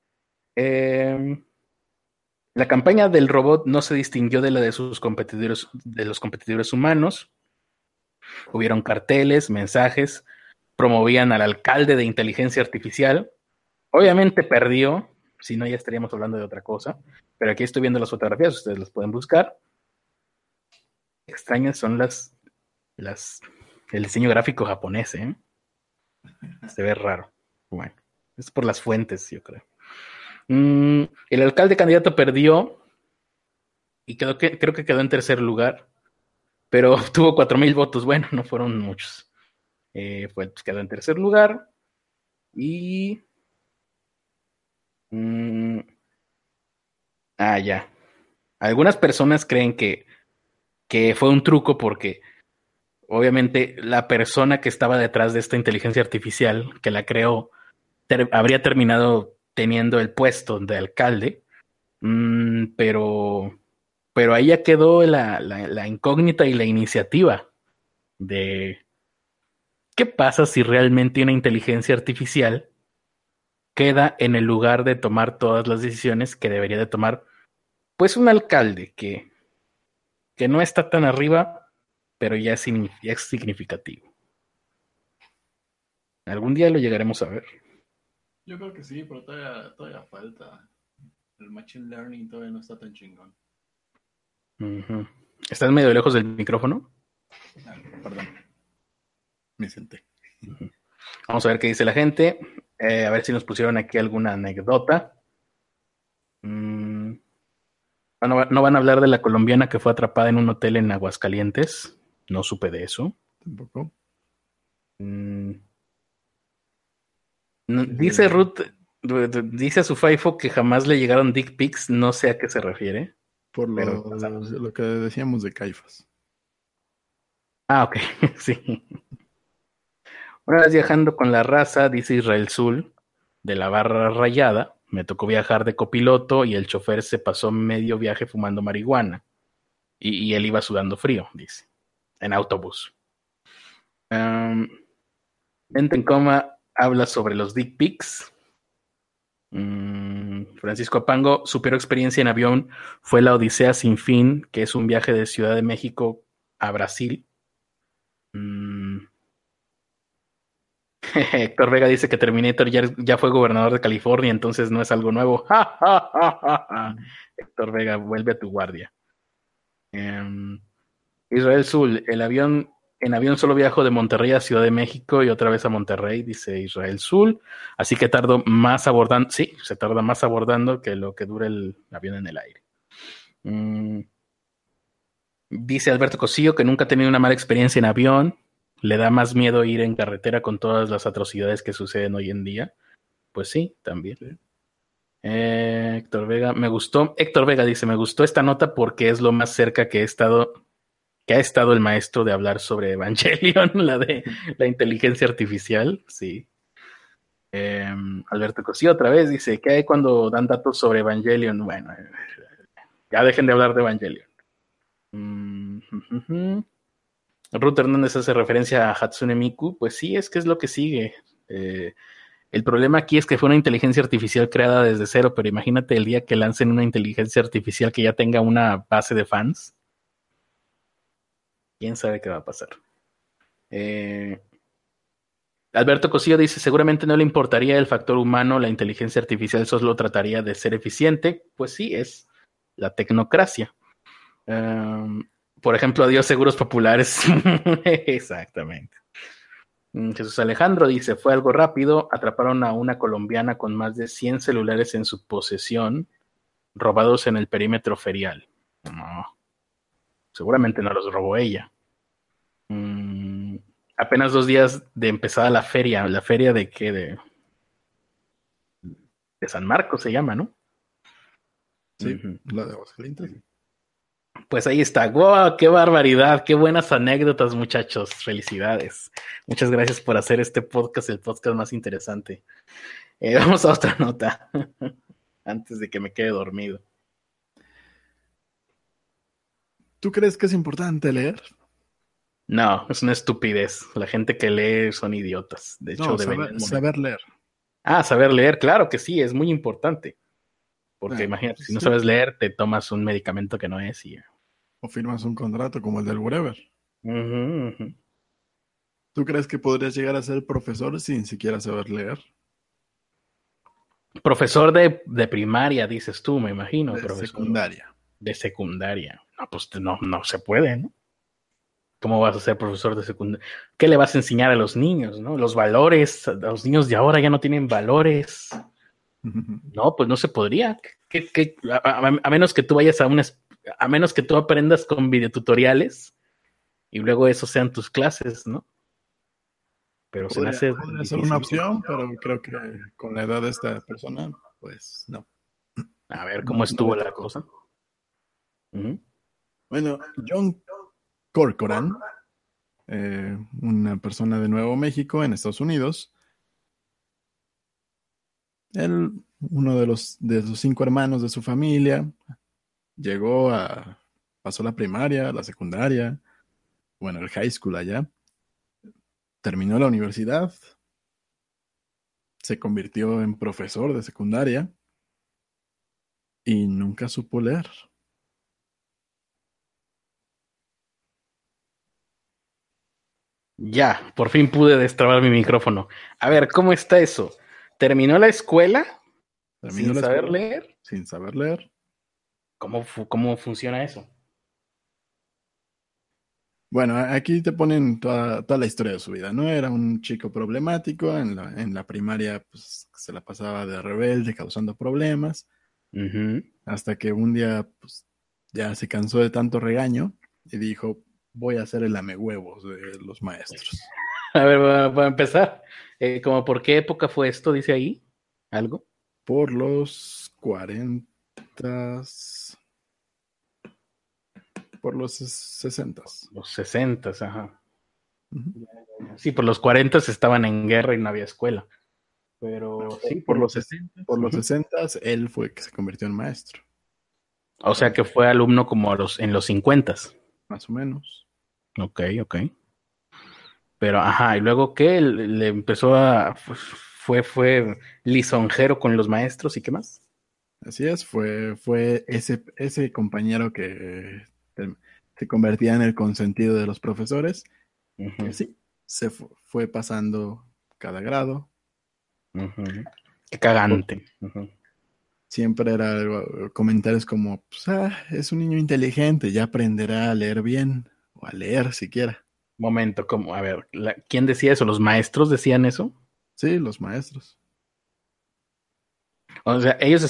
La campaña del robot no se distinguió de la de sus competidores, de los competidores humanos. Hubieron carteles, mensajes, promovían al alcalde de inteligencia artificial. Obviamente perdió, si no ya estaríamos hablando de otra cosa, pero aquí estoy viendo las fotografías, ustedes las pueden buscar. Extrañas son el diseño gráfico japonés, ¿eh? Se ve raro. Bueno, es por las fuentes, yo creo. El alcalde candidato perdió y creo que quedó en tercer lugar, pero obtuvo 4,000 votos. Bueno, no fueron muchos. Quedó en tercer lugar y... ya. Algunas personas creen que fue un truco porque obviamente la persona que estaba detrás de esta inteligencia artificial que la creó habría terminado teniendo el puesto de alcalde, pero ahí ya quedó la incógnita y la iniciativa de qué pasa si realmente una inteligencia artificial queda en el lugar de tomar todas las decisiones que debería de tomar pues un alcalde que no está tan arriba, pero ya es significativo. Algún día lo llegaremos a ver. Yo creo que sí, pero todavía falta. El Machine Learning todavía no está tan chingón. Uh-huh. ¿Estás medio lejos del micrófono? Perdón. Me senté. Uh-huh. Vamos a ver qué dice la gente. A ver si nos pusieron aquí alguna anécdota. No van a hablar de la colombiana que fue atrapada en un hotel en Aguascalientes. No supe de eso. Tampoco. Dice Ruth, dice a su FIFO que jamás le llegaron dick pics. No sé a qué se refiere. Por pero pasamos. lo que decíamos de Caifás. Ah, ok, sí. Una vez viajando con la raza, dice Israel Zul, de la Barra Rayada, me tocó viajar de copiloto y el chofer se pasó medio viaje fumando marihuana. Y él iba sudando frío, dice, en autobús. Mente en coma habla sobre los dick pics. Francisco Apango, su peor experiencia en avión fue la Odisea sin fin, que es un viaje de Ciudad de México a Brasil. Héctor Vega dice que Terminator ya fue gobernador de California, entonces no es algo nuevo. Héctor Vega, vuelve a tu guardia. Israel Zul, en avión solo viajo de Monterrey a Ciudad de México y otra vez a Monterrey, dice Israel Zul. Así que tardo más abordando, sí, se tarda más abordando que lo que dura el avión en el aire. Dice Alberto Cosillo que nunca ha tenido una mala experiencia en avión. Le da más miedo ir en carretera con todas las atrocidades que suceden hoy en día. Pues sí, también. Sí. Héctor Vega, me gustó. Héctor Vega dice, me gustó esta nota porque es lo más cerca que ha estado el maestro de hablar sobre Evangelion, la de la inteligencia artificial. Sí. Alberto Cosillo otra vez dice, ¿qué hay cuando dan datos sobre Evangelion? Bueno, ya dejen de hablar de Evangelion. Ruth Hernández hace referencia a Hatsune Miku. Pues sí, es que es lo que sigue. El problema aquí es que fue una inteligencia artificial creada desde cero, pero imagínate el día que lancen una inteligencia artificial que ya tenga una base de fans. ¿Quién sabe qué va a pasar? Alberto Cosillo dice, seguramente no le importaría el factor humano, la inteligencia artificial solo trataría de ser eficiente. Pues sí, es la tecnocracia. Por ejemplo, adiós seguros populares. Exactamente. Jesús Alejandro dice, fue algo rápido, atraparon a una colombiana con más de 100 celulares en su posesión, robados en el perímetro ferial. No, seguramente no los robó ella. Apenas 2 días de empezada la feria de qué, de San Marcos se llama, ¿no? Sí, la de Aguascalientes. Pues ahí está. ¡Wow! ¡Qué barbaridad! ¡Qué buenas anécdotas, muchachos! Felicidades. Muchas gracias por hacer este podcast, el podcast más interesante. Vamos a otra nota, antes de que me quede dormido. ¿Tú crees que es importante leer? No, es una estupidez. La gente que lee son idiotas. De hecho, No, deberían saber leer. saber leer, claro que sí, es muy importante. Porque Ah, imagínate, si no sí. sabes leer, te tomas un medicamento que no es y... O firmas un contrato como el del Wherever. Ujú, ujú. ¿Tú crees que podrías llegar a ser profesor sin siquiera saber leer? Profesor de primaria, dices tú, me imagino, De profesor secundaria. de secundaria. No, pues no se puede, ¿no? ¿Cómo vas a ser profesor de secundaria? ¿Qué le vas a enseñar a los niños, no? Los valores, a los niños de ahora ya no tienen valores. No, pues no se podría. A menos que tú vayas a menos que tú aprendas con videotutoriales y luego esos sean tus clases, ¿no? Pero se me hace Podría ser una difícil. opción, pero creo que con la edad de esta persona, pues no. A ver No, cómo no le estuvo la tocó. cosa. Ujú. Bueno, John Corcoran, una persona de Nuevo México en Estados Unidos, él, uno de sus 5 hermanos de su familia, pasó la primaria, la secundaria, bueno, el high school allá, terminó la universidad, se convirtió en profesor de secundaria y nunca supo leer. Ya, por fin pude destrabar mi micrófono. A ver, ¿cómo está eso? ¿Terminó la escuela Terminó sin la saber escuela leer? sin saber leer. ¿Cómo funciona eso? Bueno, aquí te ponen toda la historia de su vida, ¿no? Era un chico problemático, en la primaria pues, se la pasaba de rebelde, causando problemas, Ujú. hasta que un día pues, ya se cansó de tanto regaño y dijo, voy a ser el lamehuevos de los maestros. A ver, para empezar, ¿como por qué época fue esto? ¿Dice ahí algo? Por los 40, por los 60s. Los 60, ajá. Ujú. Sí, por los 40 estaban en guerra y no había escuela. Pero sí, por los 60. Por los 60s, él fue que se convirtió en maestro, O sea que fue alumno como en los 50. más o menos. Ok, ok. Pero, ajá, y luego qué, le empezó fue lisonjero con los maestros y qué más. Así es, fue ese compañero que te- se convertía en el consentido de los profesores. Y Ujú, así fue pasando cada grado. ujú. Qué cagante. Ujú. Siempre era comentarios como, pues, es un niño inteligente, ya aprenderá a leer bien, o a leer siquiera. Momento, como, a ver, ¿quién decía eso? ¿Los maestros decían eso? Sí, los maestros. O sea, ellos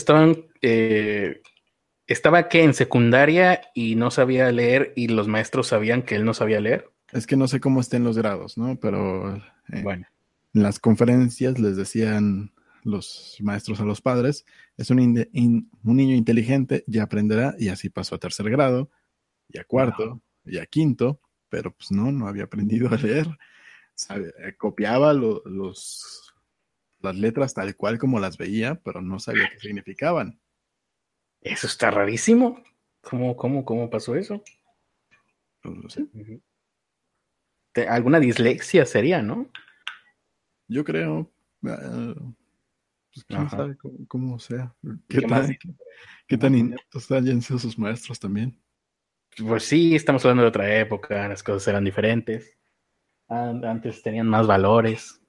estaba que en secundaria y no sabía leer y los maestros sabían que él no sabía leer. Es que no sé cómo estén los grados, ¿no? Pero Bueno, en las conferencias les decían los maestros a los padres, es un niño inteligente, ya aprenderá, y así pasó a tercer grado, y a wow. cuarto, y a quinto, pero pues no había aprendido a leer. Copiaba las letras tal cual como las veía, pero no sabía qué significaban. Eso está rarísimo. ¿Cómo pasó eso? Pues, sí, Ujú. Alguna dislexia sería, ¿no? yo creo, pues quién Ajá. sabe cómo sea, ¿Y qué más? qué tan ineptos hayan sido sus maestros también. Pues sí, estamos hablando de otra época, las cosas eran diferentes. Antes tenían más valores.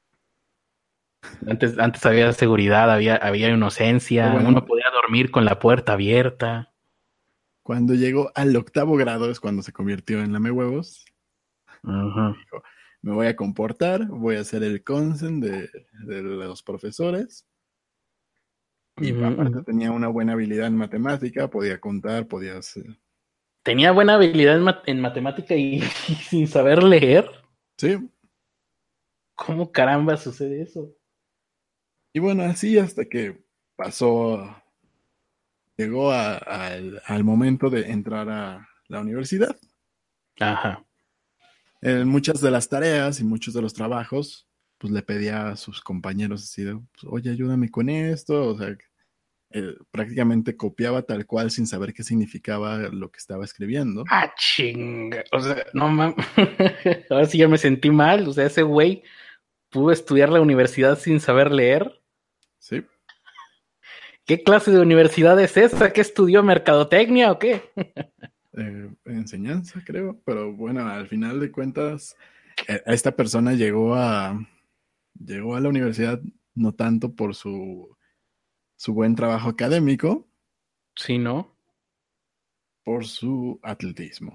Antes había seguridad, había Pero inocencia, bueno, uno podía dormir con la puerta abierta. cuando llegó al octavo grado es cuando se convirtió en lamehuevos. Ujú, Dijo, me voy a comportar, voy a ser el consent de los profesores. Y ujú, aparte ujú. tenía una buena habilidad en matemática, podía contar, podía hacer... Tenía buena habilidad en matemática y, y sin saber leer. Sí, ¿Cómo caramba sucede eso? y bueno, así hasta que llegó al momento de entrar a la universidad. Ajá. En muchas de las tareas y muchos de los trabajos, pues le pedía a sus compañeros así de, pues, oye, ayúdame con esto, o sea, prácticamente copiaba tal cual sin saber qué significaba lo que estaba escribiendo. Ah, chinga. O sea, no mames. Ahora sí ya me sentí mal. O sea, ese güey pudo estudiar la universidad sin saber leer. Sí, ¿Qué clase de universidad es esa? ¿Qué estudió mercadotecnia o qué? enseñanza, creo, pero bueno, al final de cuentas, esta persona llegó a la universidad no tanto por su buen trabajo académico, Sí, ¿no? por su atletismo.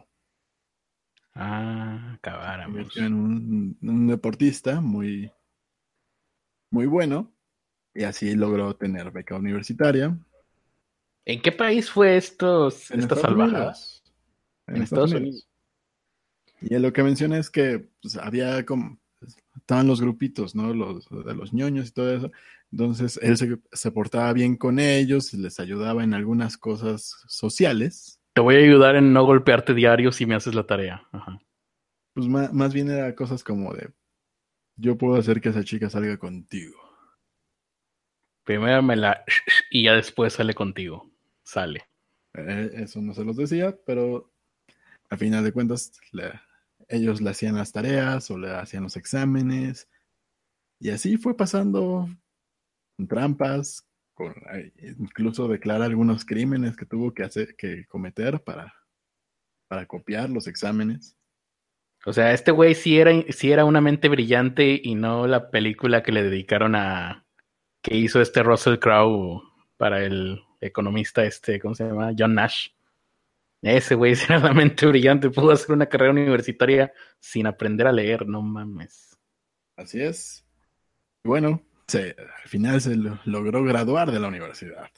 Ah, Se convirtió acabáramos. en un deportista muy bueno y así logró tener beca universitaria ¿En qué país fue en esta Estados salvajada? Unidos. En En Estados Estados Unidos. Unidos. Y él lo que menciona es que pues, había como, estaban los grupitos, ¿no? Los de los ñoños y todo eso. Entonces él se portaba bien con ellos, les ayudaba en algunas cosas sociales. Te voy a ayudar en no golpearte diario si me haces la tarea. Ajá. Pues más bien era cosas como de, yo puedo hacer que esa chica salga contigo. Primero y ya después sale contigo. Sale. Eso no se los decía, pero al final de cuentas ellos le hacían las tareas o le hacían los exámenes. Y así fue pasando con trampas, incluso declara algunos crímenes que tuvo que cometer para copiar los exámenes. O sea, este güey sí era una mente brillante y no la película que le dedicaron que hizo este Russell Crowe para el economista ¿cómo se llama? John Nash. Ese güey sí era la mente brillante, pudo hacer una carrera universitaria sin aprender a leer, no mames. Así es. Y bueno, al final se logró graduar de la universidad.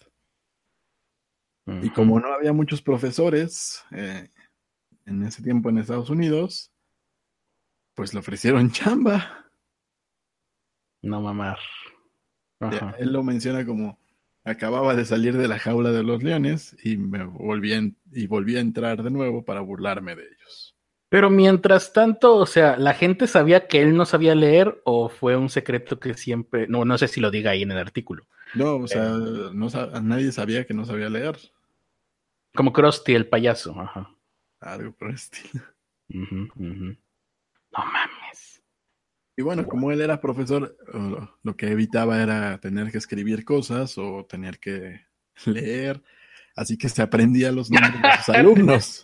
Y Ujú. como no había muchos profesores en ese tiempo en Estados Unidos, pues le ofrecieron chamba. No mamar. Ajá. Él lo menciona como, Acababa de salir de la jaula de los leones y volví a entrar de nuevo para burlarme de ellos. Pero mientras tanto, o sea, ¿la gente sabía que él no sabía leer o fue un secreto que siempre, no sé si lo diga ahí en el artículo? No, o sea, Eh, nadie sabía que no sabía leer. Como Krusty el payaso, ajá. Algo por el estilo. Ujú, ujú. No mames. Y bueno, Guau. como él era profesor, lo que evitaba era tener que escribir cosas o tener que leer, así que se aprendía los nombres de sus alumnos.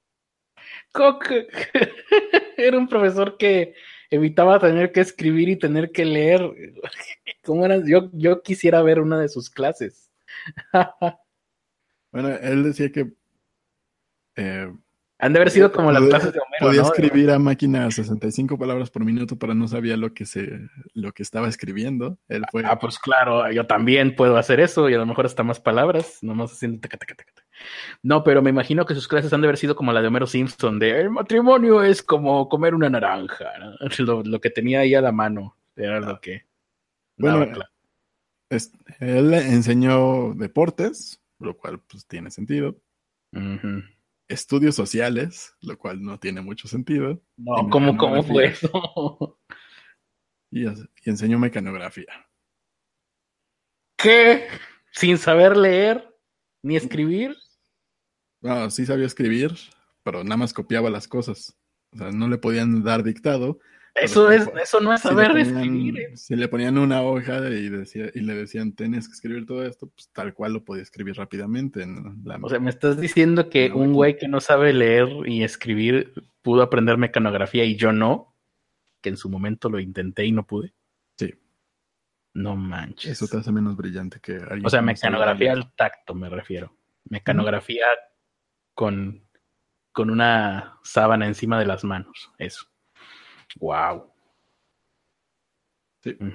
Era un profesor que evitaba tener que escribir y tener que leer. ¿Cómo era? Yo quisiera ver una de sus clases. Bueno, él decía que eh, Han de haber sido como las clases de Homero, podía ¿no? escribir a máquina 65 palabras por minuto, pero no sabía lo que estaba escribiendo. Él fue, Pues claro, yo también puedo hacer eso y a lo mejor hasta más palabras, nomás haciendo taca, taca, taca, taca. No, pero me imagino que sus clases han de haber sido como la de Homero Simpson, de el matrimonio es como comer una naranja, ¿no? Lo que tenía ahí a la mano era lo que bueno, daba clase. es- él enseñó deportes, lo cual pues tiene sentido. Ujú. Estudios sociales, lo cual no tiene mucho sentido. Y No, ¿cómo fue mecanografía. eso? Y enseñó mecanografía. ¿Qué? ¿Sin saber leer ni escribir? No, sí sabía escribir, pero nada más copiaba las cosas. O sea, no le podían dar dictado, pero Eso no es saber escribir, ¿eh? si le ponían una hoja y le decían, tienes que escribir todo esto, pues tal cual lo podía escribir rápidamente O sea, me estás diciendo en que la un máquina. güey que no sabe leer y escribir pudo aprender mecanografía y yo no, que en su momento lo intenté y no pude. Sí, No eso te manches. hace menos brillante que O alguien sea, que no sabiera mecanografía leer. al tacto me refiero. Ujú. Mecanografía con, con una sábana encima de las manos. Eso. Wow. Sí.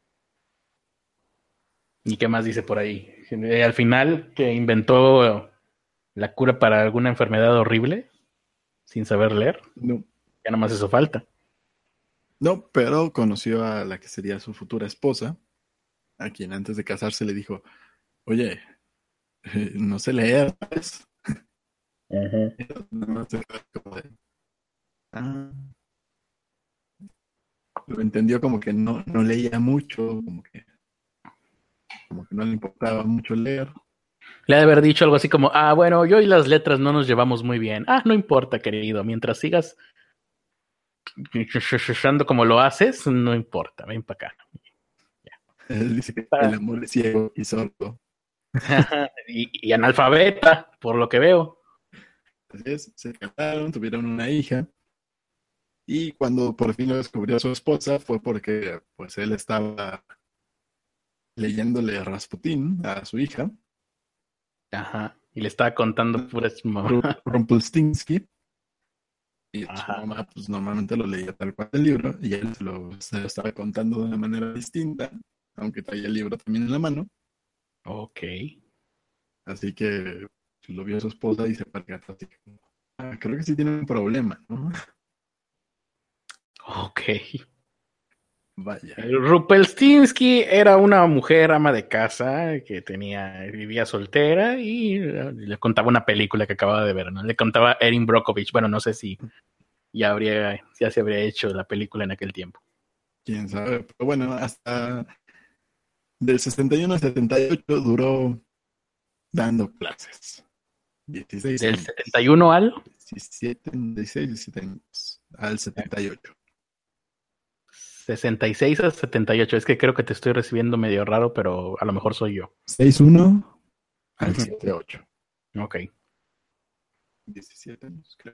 ¿Y qué más dice por ahí? Al final, que inventó la cura para alguna enfermedad horrible sin saber leer. No, Ya nomás eso falta. no, pero conoció a la que sería su futura esposa, a quien antes de casarse le dijo, oye, no sé leer, ¿sabes? Ajá. Y nada más se quedó como de, "Ah". Lo entendió como que no leía mucho, como que no le importaba mucho leer. Le ha de haber dicho algo así como, bueno, yo y las letras no nos llevamos muy bien. No importa, querido, mientras sigas ando como lo haces, no importa, ven para acá. Él dice que el Ah, amor es ciego y sordo. y analfabeta, por lo que veo. Así es, se casaron, tuvieron una hija, y cuando por fin lo descubrió su esposa fue porque pues él estaba leyéndole Rasputín a su hija, Ajá. Y le estaba contando puras mamá. Rumpelstiltskin, y su Ajá. mamá pues normalmente lo leía tal cual el libro, y él se lo estaba contando de una manera distinta, aunque traía el libro también en la mano, Ok. así que pues, lo vio su esposa y se percató así que, creo que sí tiene un problema, ¿no? Ok. Vaya. Rupelstinsky era una mujer ama de casa que vivía soltera y le contaba una película que acababa de ver, ¿no? Le contaba Erin Brockovich. Bueno, no sé si ya se habría hecho la película en aquel tiempo. Quién sabe, pero bueno, hasta del 61 al 78 duró dando clases. 16 Del años. 71 al 17, 16, 17 años. Al 78. 66 a 78. Es que creo que te estoy recibiendo medio raro, pero a lo mejor soy yo. 61 al Ujú. 78. Ok. 17 años, creo.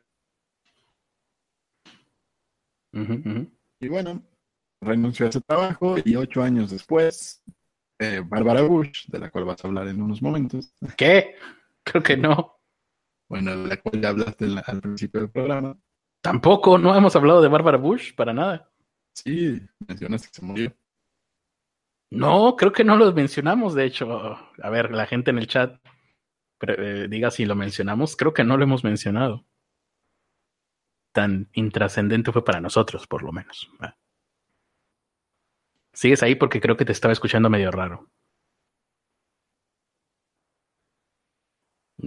Ujú, ujú. Y bueno, renunció a ese trabajo y 8 años después, Barbara Bush, de la cual vas a hablar en unos momentos, ¿Qué? Creo que no. bueno, de la cual ya hablaste al principio del programa, Tampoco, no hemos hablado de Barbara Bush para nada. sí, mencionaste que se murió. No, creo que no lo mencionamos, de hecho. A ver, la gente en el chat diga si lo mencionamos. Creo que no lo hemos mencionado. Tan intrascendente fue para nosotros, por lo menos. Sigues ahí porque creo que te estaba escuchando medio raro.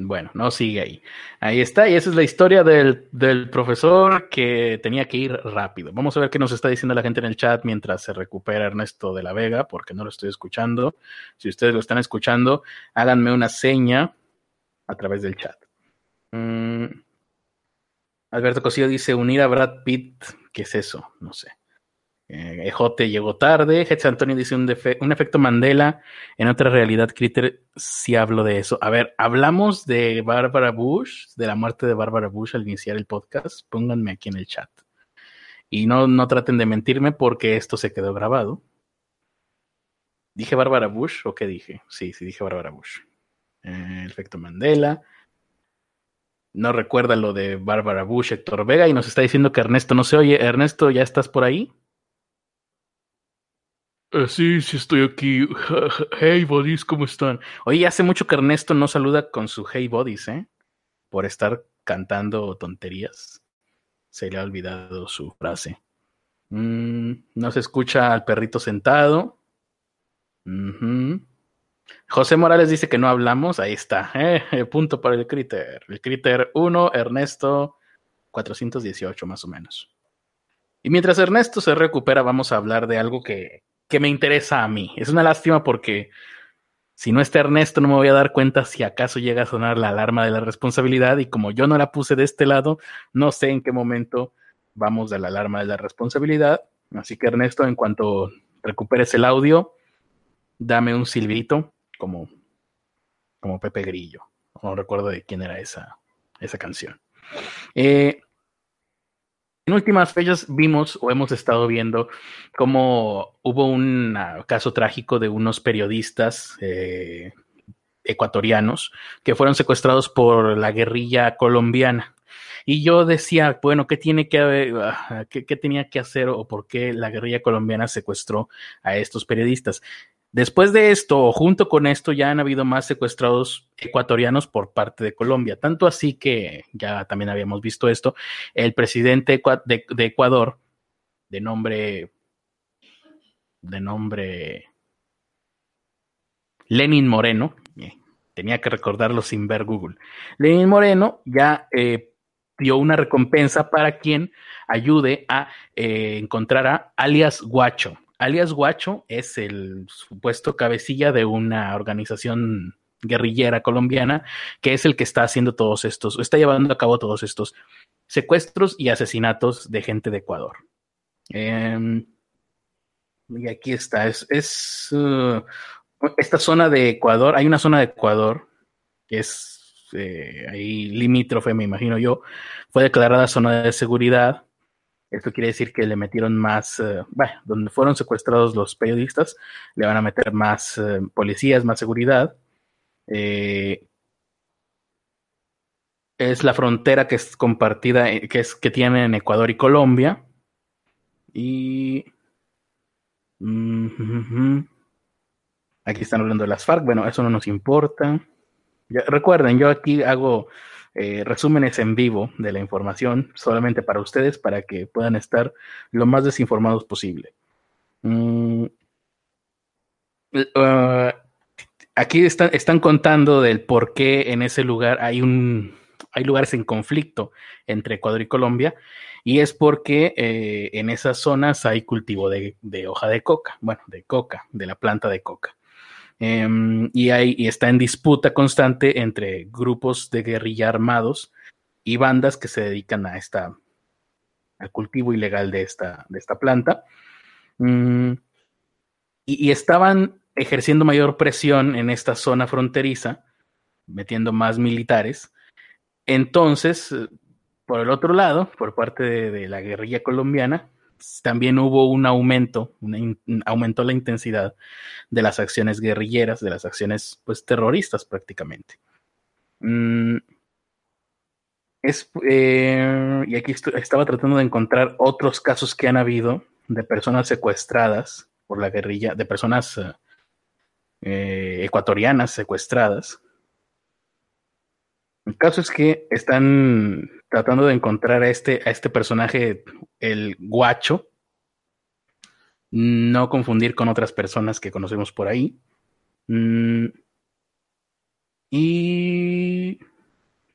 Bueno, no sigue ahí. Ahí está, y esa es la historia del profesor que tenía que ir rápido. Vamos a ver qué nos está diciendo la gente en el chat mientras se recupera Ernesto de la Vega, porque no lo estoy escuchando. Si ustedes lo están escuchando, háganme una seña a través del chat. Alberto Cosío dice, unir a Brad Pitt, ¿qué es eso? No sé. Ejote llegó tarde. Hetz Antonio dice un efecto Mandela en otra realidad. Critter, sí hablo de eso. A ver, hablamos de Barbara Bush, de la muerte de Barbara Bush al iniciar el podcast. Pónganme aquí en el chat. Y no traten de mentirme porque esto se quedó grabado. ¿Dije Barbara Bush o qué dije? Sí, dije Barbara Bush. Efecto Mandela. No recuerda lo de Barbara Bush, Héctor Vega, y nos está diciendo que Ernesto no se oye. Ernesto, ¿ya estás por ahí? Sí, estoy aquí. Hey, buddies, ¿cómo están? Oye, hace mucho que Ernesto no saluda con su Hey, buddies, ¿eh? Por estar cantando tonterías. Se le ha olvidado su frase. No se escucha al perrito sentado. José Morales dice que no hablamos. Ahí está. Punto para el Critter. El Critter 1, Ernesto 418 más o menos. Y mientras Ernesto se recupera, vamos a hablar de algo que me interesa a mí. Es una lástima porque si no está Ernesto, no me voy a dar cuenta si acaso llega a sonar la alarma de la responsabilidad. Y como yo no la puse de este lado, no sé en qué momento vamos a la alarma de la responsabilidad. Así que Ernesto, en cuanto recuperes el audio, dame un silbito como Pepe Grillo. No recuerdo de quién era esa canción. En últimas fechas vimos o hemos estado viendo cómo hubo un caso trágico de unos periodistas ecuatorianos que fueron secuestrados por la guerrilla colombiana. Y yo decía, bueno, ¿qué tenía que hacer o por qué la guerrilla colombiana secuestró a estos periodistas? Después de esto, o junto con esto, ya han habido más secuestrados ecuatorianos por parte de Colombia. Tanto así que ya también habíamos visto esto. El presidente de Ecuador, de nombre Lenin Moreno, tenía que recordarlo sin ver Google. Lenin Moreno ya dio una recompensa para quien ayude a encontrar a alias Guacho. Alias Guacho es el supuesto cabecilla de una organización guerrillera colombiana que es el que está haciendo está llevando a cabo todos estos secuestros y asesinatos de gente de Ecuador. Y aquí está, esta zona de Ecuador, hay una zona de Ecuador que es ahí limítrofe, me imagino yo, fue declarada zona de seguridad. Esto quiere decir que le metieron más, donde fueron secuestrados los periodistas, le van a meter más policías, más seguridad. Es la frontera que es compartida, que tienen Ecuador y Colombia. Y aquí están hablando de las FARC. Bueno, eso no nos importa. Recuerden, yo aquí hago resúmenes en vivo de la información solamente para ustedes, para que puedan estar lo más desinformados posible. Aquí están contando del por qué en ese lugar hay lugares en conflicto entre Ecuador y Colombia, y es porque en esas zonas hay cultivo de hoja de coca, de la planta de coca. Y está en disputa constante entre grupos de guerrilla armados y bandas que se dedican al cultivo ilegal de esta planta. Y estaban ejerciendo mayor presión en esta zona fronteriza, metiendo más militares. Entonces, por el otro lado, por parte de la guerrilla colombiana, también hubo un aumento, aumentó la intensidad de las acciones guerrilleras, de las acciones pues terroristas prácticamente. Y aquí estaba tratando de encontrar otros casos que han habido de personas secuestradas por la guerrilla, de personas ecuatorianas secuestradas. El caso es que están tratando de encontrar a este personaje, el Guacho, no confundir con otras personas que conocemos por ahí. Y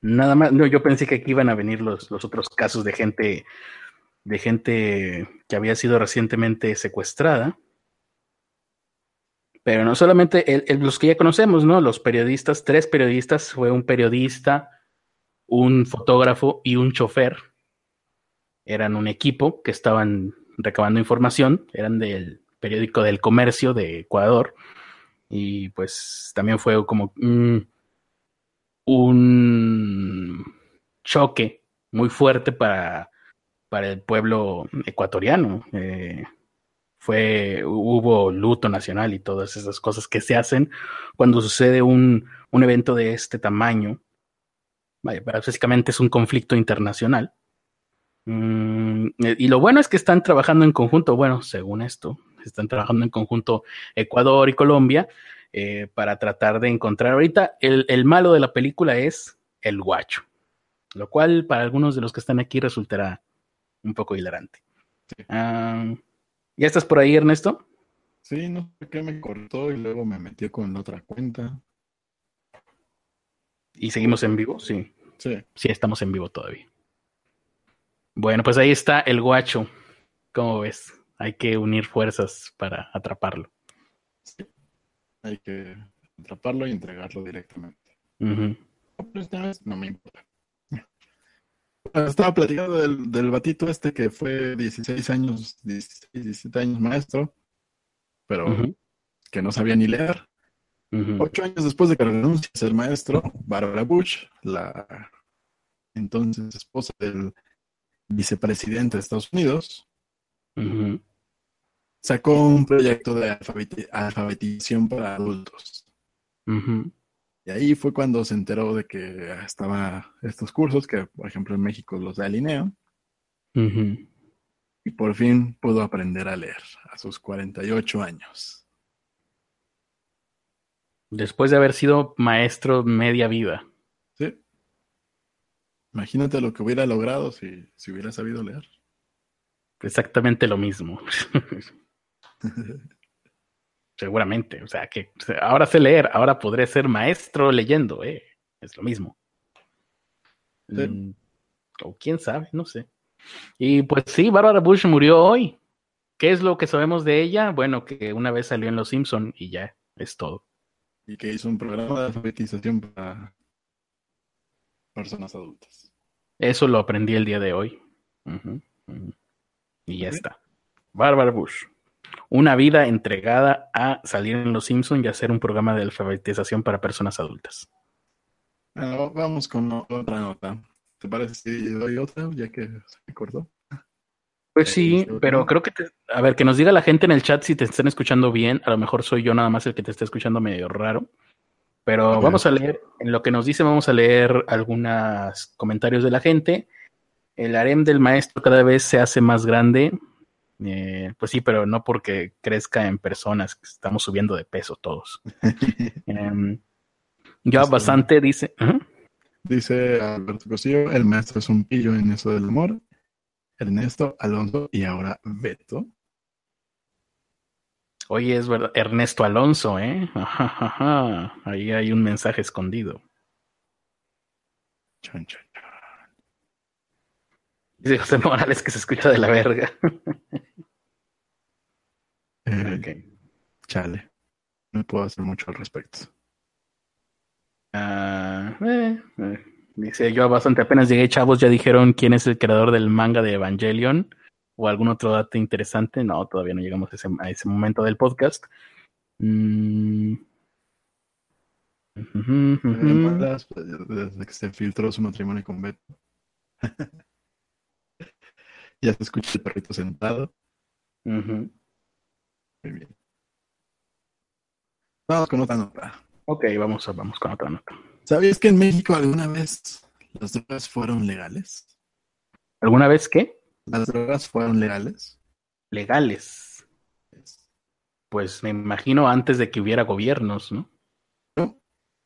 Nada más, no, yo pensé que aquí iban a venir los otros casos de gente que había sido recientemente secuestrada, pero no solamente los que ya conocemos, ¿no? Los periodistas, tres periodistas, fue un periodista, un fotógrafo y un chofer. Eran un equipo que estaban recabando información, eran del periódico del Comercio de Ecuador, y pues también fue como un choque muy fuerte para el pueblo ecuatoriano. Hubo luto nacional y todas esas cosas que se hacen cuando sucede un evento de este tamaño. Vaya, básicamente es un conflicto internacional. Y lo bueno es que están trabajando en conjunto, bueno, según esto, están trabajando en conjunto Ecuador y Colombia para tratar de encontrar. Ahorita el malo de la película es el guacho, lo cual para algunos de los que están aquí resultará un poco hilarante. Sí. ¿Ya estás por ahí, Ernesto? Sí, no sé qué me cortó y luego me metió con la otra cuenta. ¿Y seguimos en vivo? Sí, Sí, sí, estamos en vivo todavía. Bueno, pues ahí está el guacho. ¿Cómo ves? Hay que unir fuerzas para atraparlo. sí. Hay que atraparlo y entregarlo directamente. Ujú, Pero esta vez no me importa. Estaba platicando del batito este que fue 16 años, 16, 17 años maestro, pero ujú, que no sabía ni leer. ujú, 8 años después de que renuncie a ser maestro, Barbara Bush, la entonces esposa del vicepresidente de Estados Unidos, ujú, sacó un proyecto de alfabetización para adultos. ujú, Y ahí fue cuando se enteró de que estaba estos cursos, que por ejemplo en México los da el INEA, ujú. y por fin pudo aprender a leer a sus 48 años. Después de haber sido maestro media vida. ¿Sí? Imagínate lo que hubiera logrado si hubiera sabido leer. Exactamente lo mismo. Seguramente. O sea, que ahora sé leer, ahora podré ser maestro leyendo. Es lo mismo. Sí. Mm, o quién sabe, no sé. Y pues sí, Barbara Bush murió hoy. ¿Qué es lo que sabemos de ella? Bueno, que una vez salió en Los Simpson y ya es todo. Y que hizo un programa de alfabetización para personas adultas. Eso lo aprendí el día de hoy. Ujú, ujú. Y ya Ok. está. Barbara Bush. Una vida entregada a salir en Los Simpson y hacer un programa de alfabetización para personas adultas. Bueno, vamos con otra nota. ¿Te parece si doy otra, ya que se me cortó? Pues Ya que sí, diste pero opinión. creo que a ver, que nos diga la gente en el chat si te están escuchando bien. A lo mejor soy yo nada más el que te está escuchando medio raro. Pero Ok, vamos a leer, en lo que nos dice, vamos a leer algunos comentarios de la gente. El harem del maestro cada vez se hace más grande. Pues sí, pero no porque crezca en personas, estamos subiendo de peso todos. Em, ya Este, bastante dice. Ujú. dice Alberto Cosillo, el maestro es un pillo en eso del amor. Ernesto, Alonso y ahora Beto. Oye, es verdad, Ernesto Alonso, ¿eh? Ajá, ajá. Ahí hay un mensaje escondido. Chan, chan, chan. Dice José Morales que se escucha de la verga. Eh, Ok. chale, no puedo hacer mucho al respecto. Dice yo bastante apenas llegué, chavos, ya dijeron quién es el creador del manga de Evangelion o algún otro dato interesante. No, todavía no llegamos a ese momento del podcast. Mm, ujú, ujú, Malas, pues, desde que se filtró su matrimonio con Beto. Ya se escucha el perrito sentado. ujú. Muy bien. Vamos con otra nota. Ok, vamos con otra nota. ¿Sabías que en México alguna vez las drogas fueron legales? ¿Alguna vez qué? Las drogas fueron legales. Legales. Pues me imagino antes de que hubiera gobiernos, ¿no? No,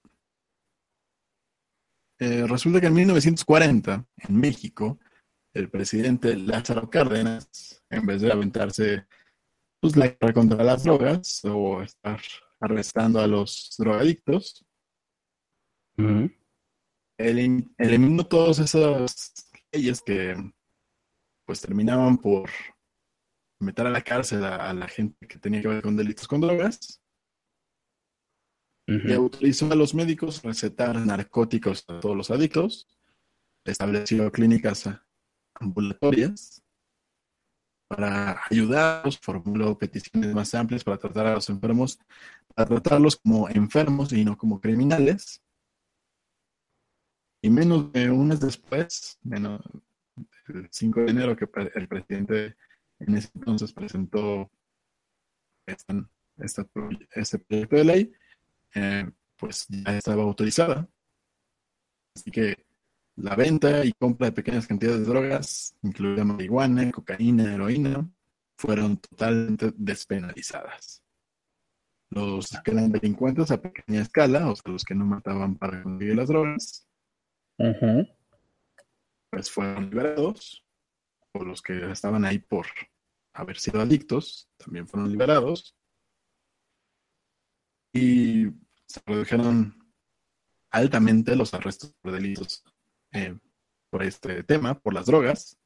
resulta que en 1940, en México, el presidente Lázaro Cárdenas, en vez de aventarse pues, la guerra contra las drogas o estar arrestando a los drogadictos, Ujú. eliminó todas esas leyes que pues terminaban por meter a la cárcel a la gente que tenía que ver con delitos con drogas y Ujú. autorizó a los médicos recetar narcóticos a todos los adictos, estableció clínicas ambulatorias para ayudarlos, formuló peticiones más amplias para tratar a los enfermos, para tratarlos como enfermos y no como criminales. Y menos de un mes después, menos el 5 de enero, que el presidente en ese entonces presentó esta, este proyecto de ley, pues ya estaba autorizada. Así que la venta y compra de pequeñas cantidades de drogas, incluida marihuana, cocaína, heroína, fueron totalmente despenalizadas. Los que eran delincuentes a pequeña escala, o sea, los que no mataban para conseguir las drogas, Ujú. pues fueron liberados, o los que estaban ahí por haber sido adictos, también fueron liberados, y se redujeron altamente los arrestos por delitos por este tema, por las drogas.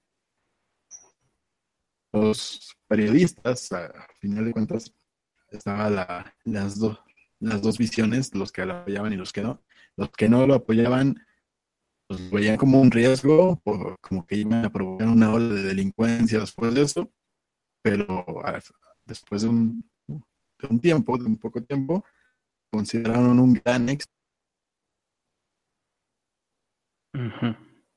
Los periodistas, a final de cuentas, estaba las dos visiones, los que lo apoyaban y los que no. Los que no lo apoyaban, pues lo veían como un riesgo, o como que iban a provocar una ola de delincuencia después de eso, pero después de un tiempo, de un poco tiempo, consideraron un gran éxito. Ujú.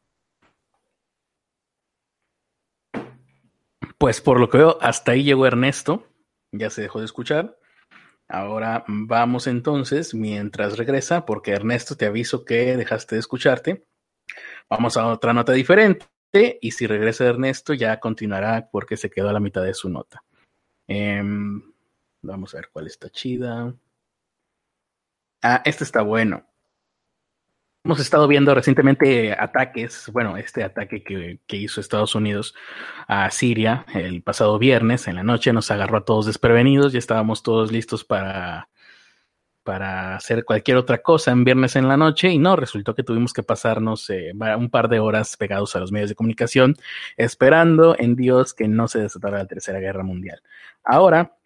Pues por lo que veo, hasta ahí llegó Ernesto. Ya se dejó de escuchar. Ahora vamos entonces, mientras regresa, porque Ernesto, te aviso que dejaste de escucharte. Vamos a otra nota diferente y si regresa Ernesto ya continuará porque se quedó a la mitad de su nota. Vamos a ver cuál está chida. Ah, este está bueno. Hemos estado viendo recientemente ataques, bueno, este ataque que hizo Estados Unidos a Siria el pasado viernes en la noche nos agarró a todos desprevenidos, ya estábamos todos listos para hacer cualquier otra cosa en viernes en la noche y no, resultó que tuvimos que pasarnos un par de horas pegados a los medios de comunicación esperando en Dios que no se desatara la Tercera Guerra Mundial. Ahora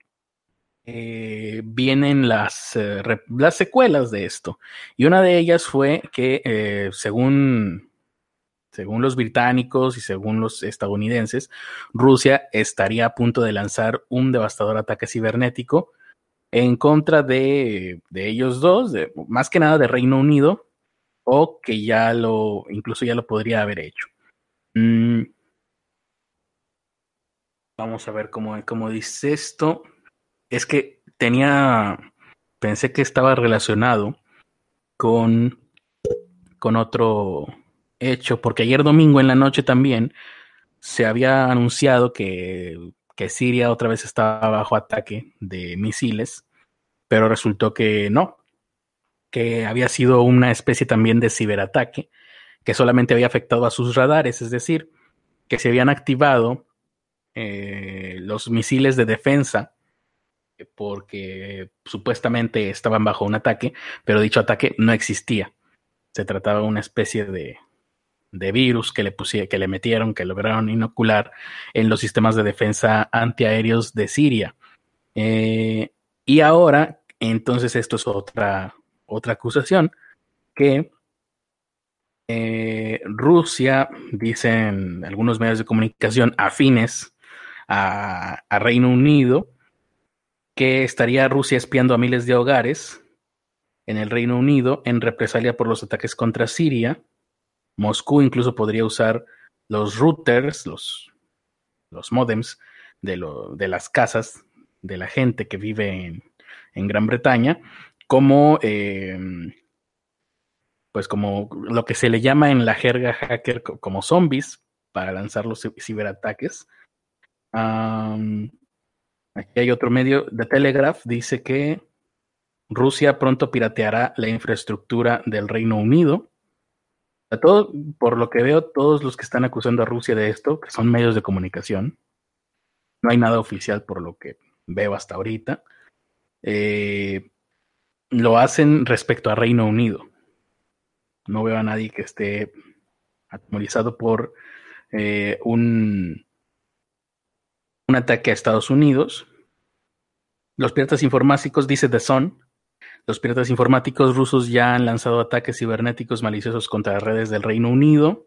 vienen las secuelas de esto y una de ellas fue que según los británicos y según los estadounidenses, Rusia estaría a punto de lanzar un devastador ataque cibernético en contra de ellos dos, más que nada de Reino Unido, o que incluso ya lo podría haber hecho. Mm, vamos a ver cómo dice esto. Es que pensé que estaba relacionado con, con otro hecho, porque ayer domingo en la noche también se había anunciado que Siria otra vez estaba bajo ataque de misiles, pero resultó que no, que había sido una especie también de ciberataque que solamente había afectado a sus radares, es decir, que se habían activado los misiles de defensa porque supuestamente estaban bajo un ataque, pero dicho ataque no existía. Se trataba de una especie de virus que le metieron, que lograron inocular en los sistemas de defensa antiaéreos de Siria. Y ahora, entonces, esto es otra acusación que Rusia, dicen algunos medios de comunicación afines a Reino Unido, que estaría Rusia espiando a miles de hogares en el Reino Unido en represalia por los ataques contra Siria. Moscú incluso podría usar los routers, los modems de las casas de la gente que vive en Gran Bretaña como, pues como lo que se le llama en la jerga hacker como zombies para lanzar los ciberataques. Um, Aquí hay otro medio, The Telegraph, dice que Rusia pronto pirateará la infraestructura del Reino Unido. Todo, por lo que veo, todos los que están acusando a Rusia de esto, que son medios de comunicación, no hay nada oficial por lo que veo hasta ahorita, eh, lo hacen respecto a Reino Unido. No veo a nadie que esté atemorizado por un ataque a Estados Unidos. Los piratas informáticos, dice The Sun, los piratas informáticos rusos ya han lanzado ataques cibernéticos maliciosos contra redes del Reino Unido.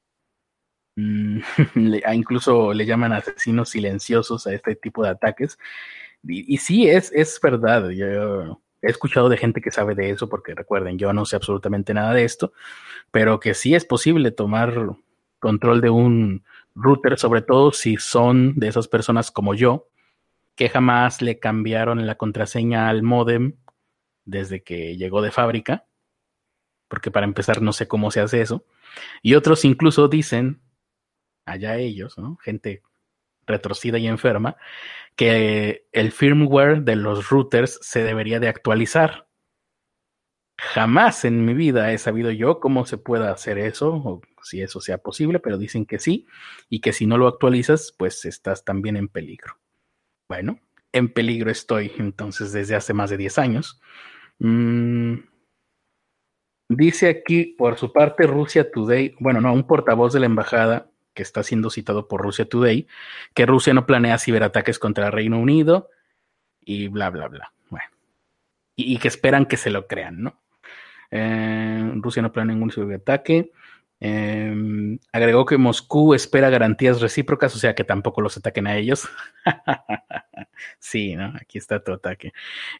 Incluso le llaman asesinos silenciosos a este tipo de ataques. Y sí, es verdad. Yo he escuchado de gente que sabe de eso, porque recuerden, yo no sé absolutamente nada de esto, pero que sí es posible tomar control de un router, sobre todo si son de esas personas como yo, que jamás le cambiaron la contraseña al módem desde que llegó de fábrica, porque para empezar no sé cómo se hace eso. Y otros incluso dicen, allá ellos, ¿no? Gente retorcida y enferma, que el firmware de los routers se debería de actualizar. Jamás en mi vida he sabido yo cómo se pueda hacer eso, o si eso sea posible, pero dicen que sí, y que si no lo actualizas, pues estás también en peligro. Bueno, en peligro estoy entonces desde hace más de 10 años. Dice aquí, por su parte, Russia Today, bueno, no, un portavoz de la embajada que está siendo citado por Russia Today, que Rusia no planea ciberataques contra el Reino Unido y bla, bla, bla. Bueno, y que esperan que se lo crean, ¿no? Rusia no planea ningún ciberataque. Agregó que Moscú espera garantías recíprocas, o sea que tampoco los ataquen a ellos. Sí, ¿no? Aquí está tu ataque.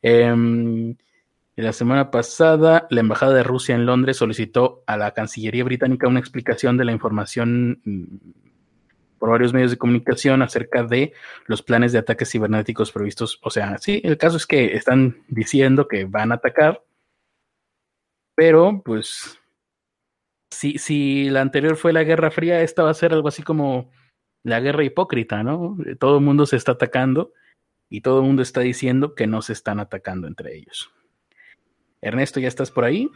La semana pasada, la Embajada de Rusia en Londres solicitó a la Cancillería británica una explicación de la información por varios medios de comunicación acerca de los planes de ataques cibernéticos previstos. O sea, sí, el caso es que están diciendo que van a atacar, pero pues si la anterior fue la Guerra Fría, esta va a ser algo así como la guerra hipócrita, ¿no? Todo el mundo se está atacando y todo el mundo está diciendo que no se están atacando entre ellos. Ernesto, ¿ya estás por ahí?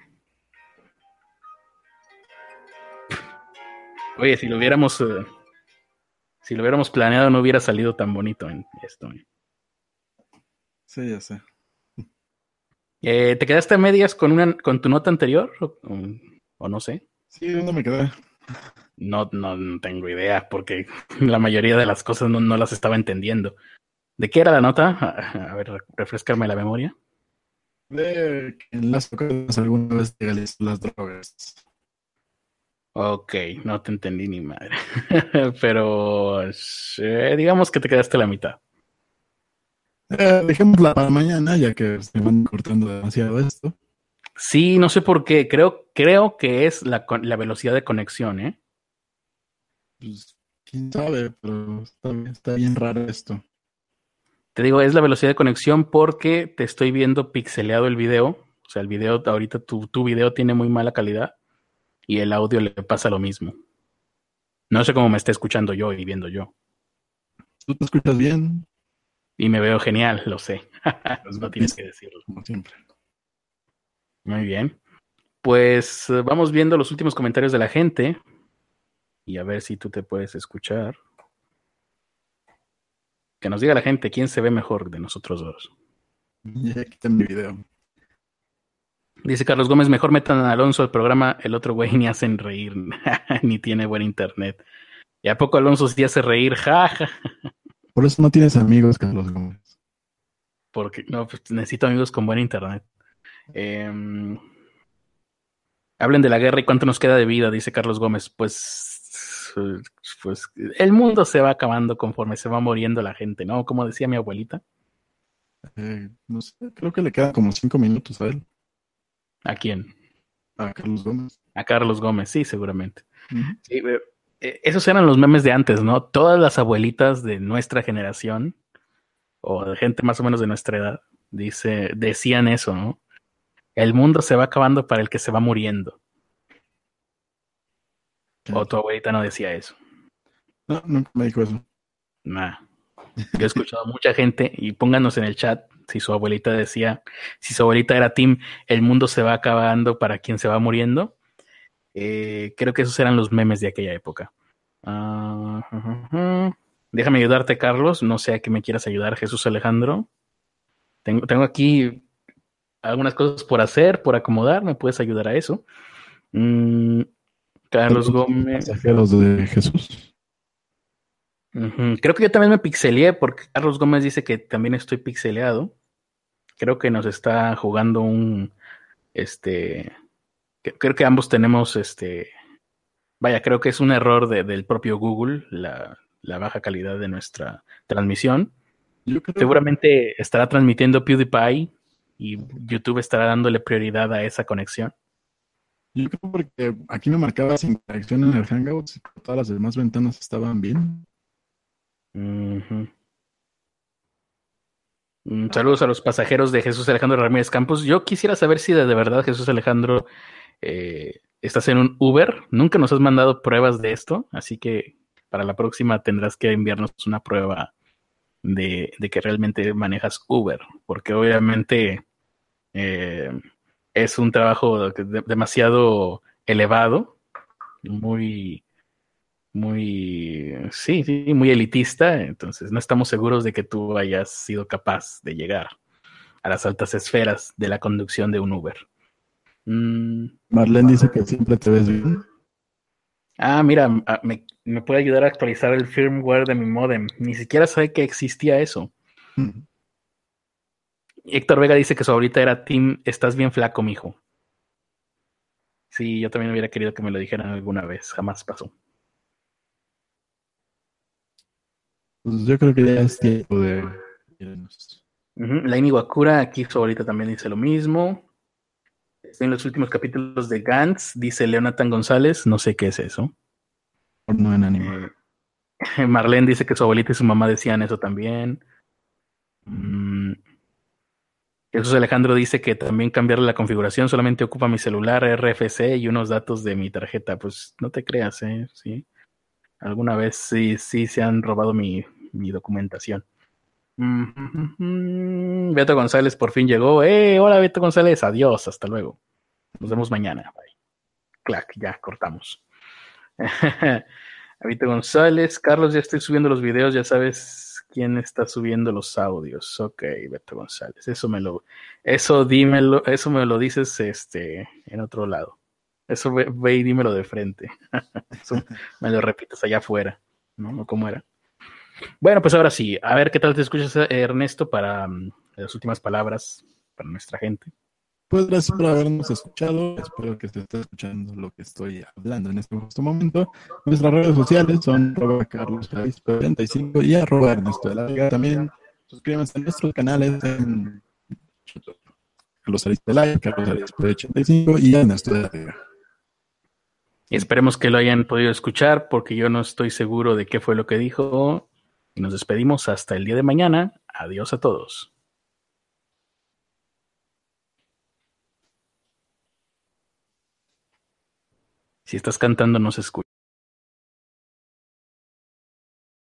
Oye, si lo hubiéramos planeado no hubiera salido tan bonito en esto. Sí, ya sé. ¿Te quedaste a medias con tu nota anterior? ¿O no sé? Sí, ¿dónde me quedé? No tengo idea, porque la mayoría de las cosas no las estaba entendiendo. ¿De qué era la nota? A ver, refrescarme la memoria. De que en las ocasiones alguna vez legalizó las drogas. Ok, no te entendí ni madre. Pero digamos que te quedaste a la mitad. Dejémosla para mañana, ya que se van cortando demasiado esto. Sí, no sé por qué. Creo que es la velocidad de conexión, ¿eh? Pues, quién sabe, pero está bien raro esto. Te digo, es la velocidad de conexión porque te estoy viendo pixeleado el video. O sea, el video, ahorita tu video tiene muy mala calidad y el audio le pasa lo mismo. No sé cómo me está escuchando yo y viendo yo. ¿Tú te escuchas bien? Y me veo genial, lo sé. Pues No tienes listo, que decirlo. como siempre. Muy bien. Pues vamos viendo los últimos comentarios de la gente y a ver si tú te puedes escuchar. Que nos diga la gente quién se ve mejor de nosotros dos. Ya quité mi video. Dice Carlos Gómez, mejor metan a Alonso al programa, el otro güey ni hacen reír, ni tiene buen internet. ¿Y a poco Alonso sí hace reír? Ja, ja. Por eso no tienes amigos, Carlos Gómez. Porque no, pues necesito amigos con buen internet. Hablen de la guerra y cuánto nos queda de vida, dice Carlos Gómez. Pues el mundo se va acabando conforme se va muriendo la gente, ¿no? Como decía mi abuelita. No sé, creo que le quedan como 5 minutos a él, ¿A quién? a Carlos Gómez. A Carlos Gómez, sí, seguramente. Ujú. Sí, esos eran los memes de antes, ¿no? Todas las abuelitas de nuestra generación o de gente más o menos de nuestra edad decían eso, ¿no? El mundo se va acabando para el que se va muriendo. O Claro. tu abuelita no decía eso. No, nunca me dijo eso. Nah. Yo he escuchado a mucha gente y pónganos en el chat si su abuelita decía, si su abuelita era team, el mundo se va acabando para quien se va muriendo. Creo que esos eran los memes de aquella época. Déjame ayudarte, Carlos. No sé a qué me quieras ayudar, Jesús Alejandro. Tengo aquí algunas cosas por hacer, por acomodar. ¿Me puedes ayudar a eso? Mm, Carlos Saludos, Gómez. pasajeros de Jesús. Creo que yo también me pixeleé porque Carlos Gómez dice que también estoy pixeleado. Creo que nos está jugando este, creo que ambos tenemos, vaya, creo que es un error del propio Google, la baja calidad de nuestra transmisión. Yo creo, Seguramente estará transmitiendo PewDiePie y YouTube estará dándole prioridad a esa conexión. yo creo porque aquí me marcaba sin interacción en el Hangouts y todas las demás ventanas estaban bien. Ujú. Saludos a los pasajeros de Jesús Alejandro Ramírez Campos. Yo quisiera saber si de verdad Jesús Alejandro estás en un Uber. Nunca nos has mandado pruebas de esto, así que para la próxima tendrás que enviarnos una prueba de que realmente manejas Uber, porque obviamente eh, es un trabajo demasiado elevado, muy, sí, sí, muy elitista, entonces no estamos seguros de que tú hayas sido capaz de llegar a las altas esferas de la conducción de un Uber. Mm, Marlene dice que siempre te ves bien. mira, me puede ayudar a actualizar el firmware de mi modem. Ni siquiera sabía que existía eso. Mm. Héctor Vega dice que su abuelita era Tim, estás bien flaco, mijo. Sí, yo también hubiera querido que me lo dijeran alguna vez, jamás pasó. Pues yo creo que ya es tiempo de irnos. Laini Wakura, aquí su abuelita también dice lo mismo. Estoy en los últimos capítulos de Gantz, dice Leonathan González, no sé qué es eso. Porno en anime. Marlene dice que su abuelita y su mamá decían eso también. Mm, Jesús Alejandro dice que también cambiarle la configuración solamente ocupa mi celular, RFC y unos datos de mi tarjeta. Pues no te creas, ¿eh? Sí. Alguna vez sí se han robado mi documentación. Beto González por fin llegó. Hola Beto González, adiós, hasta luego. Nos vemos mañana. Bye. Clac, ya cortamos. Beto González, Carlos, ya estoy subiendo los videos, ya sabes quién está subiendo los audios. Ok, Beto González, eso dímelo, eso me lo dices en otro lado. Eso ve y dímelo de frente. Eso me lo repites allá afuera, ¿no? ¿Cómo era? Bueno, pues ahora sí, a ver qué tal te escuchas, Ernesto, para las últimas palabras para nuestra gente. Pues gracias por habernos escuchado. Espero que se esté escuchando lo que estoy hablando en este justo momento. Nuestras redes sociales son @carlosjalisco85 y @Ernesto de la Vega. También suscríbanse a nuestros canales en YouTube. Carlos Arispe Live, Carlos Arispe 85 y Ernesto de la Vega. Y esperemos que lo hayan podido escuchar, porque yo no estoy seguro de qué fue lo que dijo. Y nos despedimos hasta el día de mañana. Adiós a todos. Si estás cantando, no se escucha.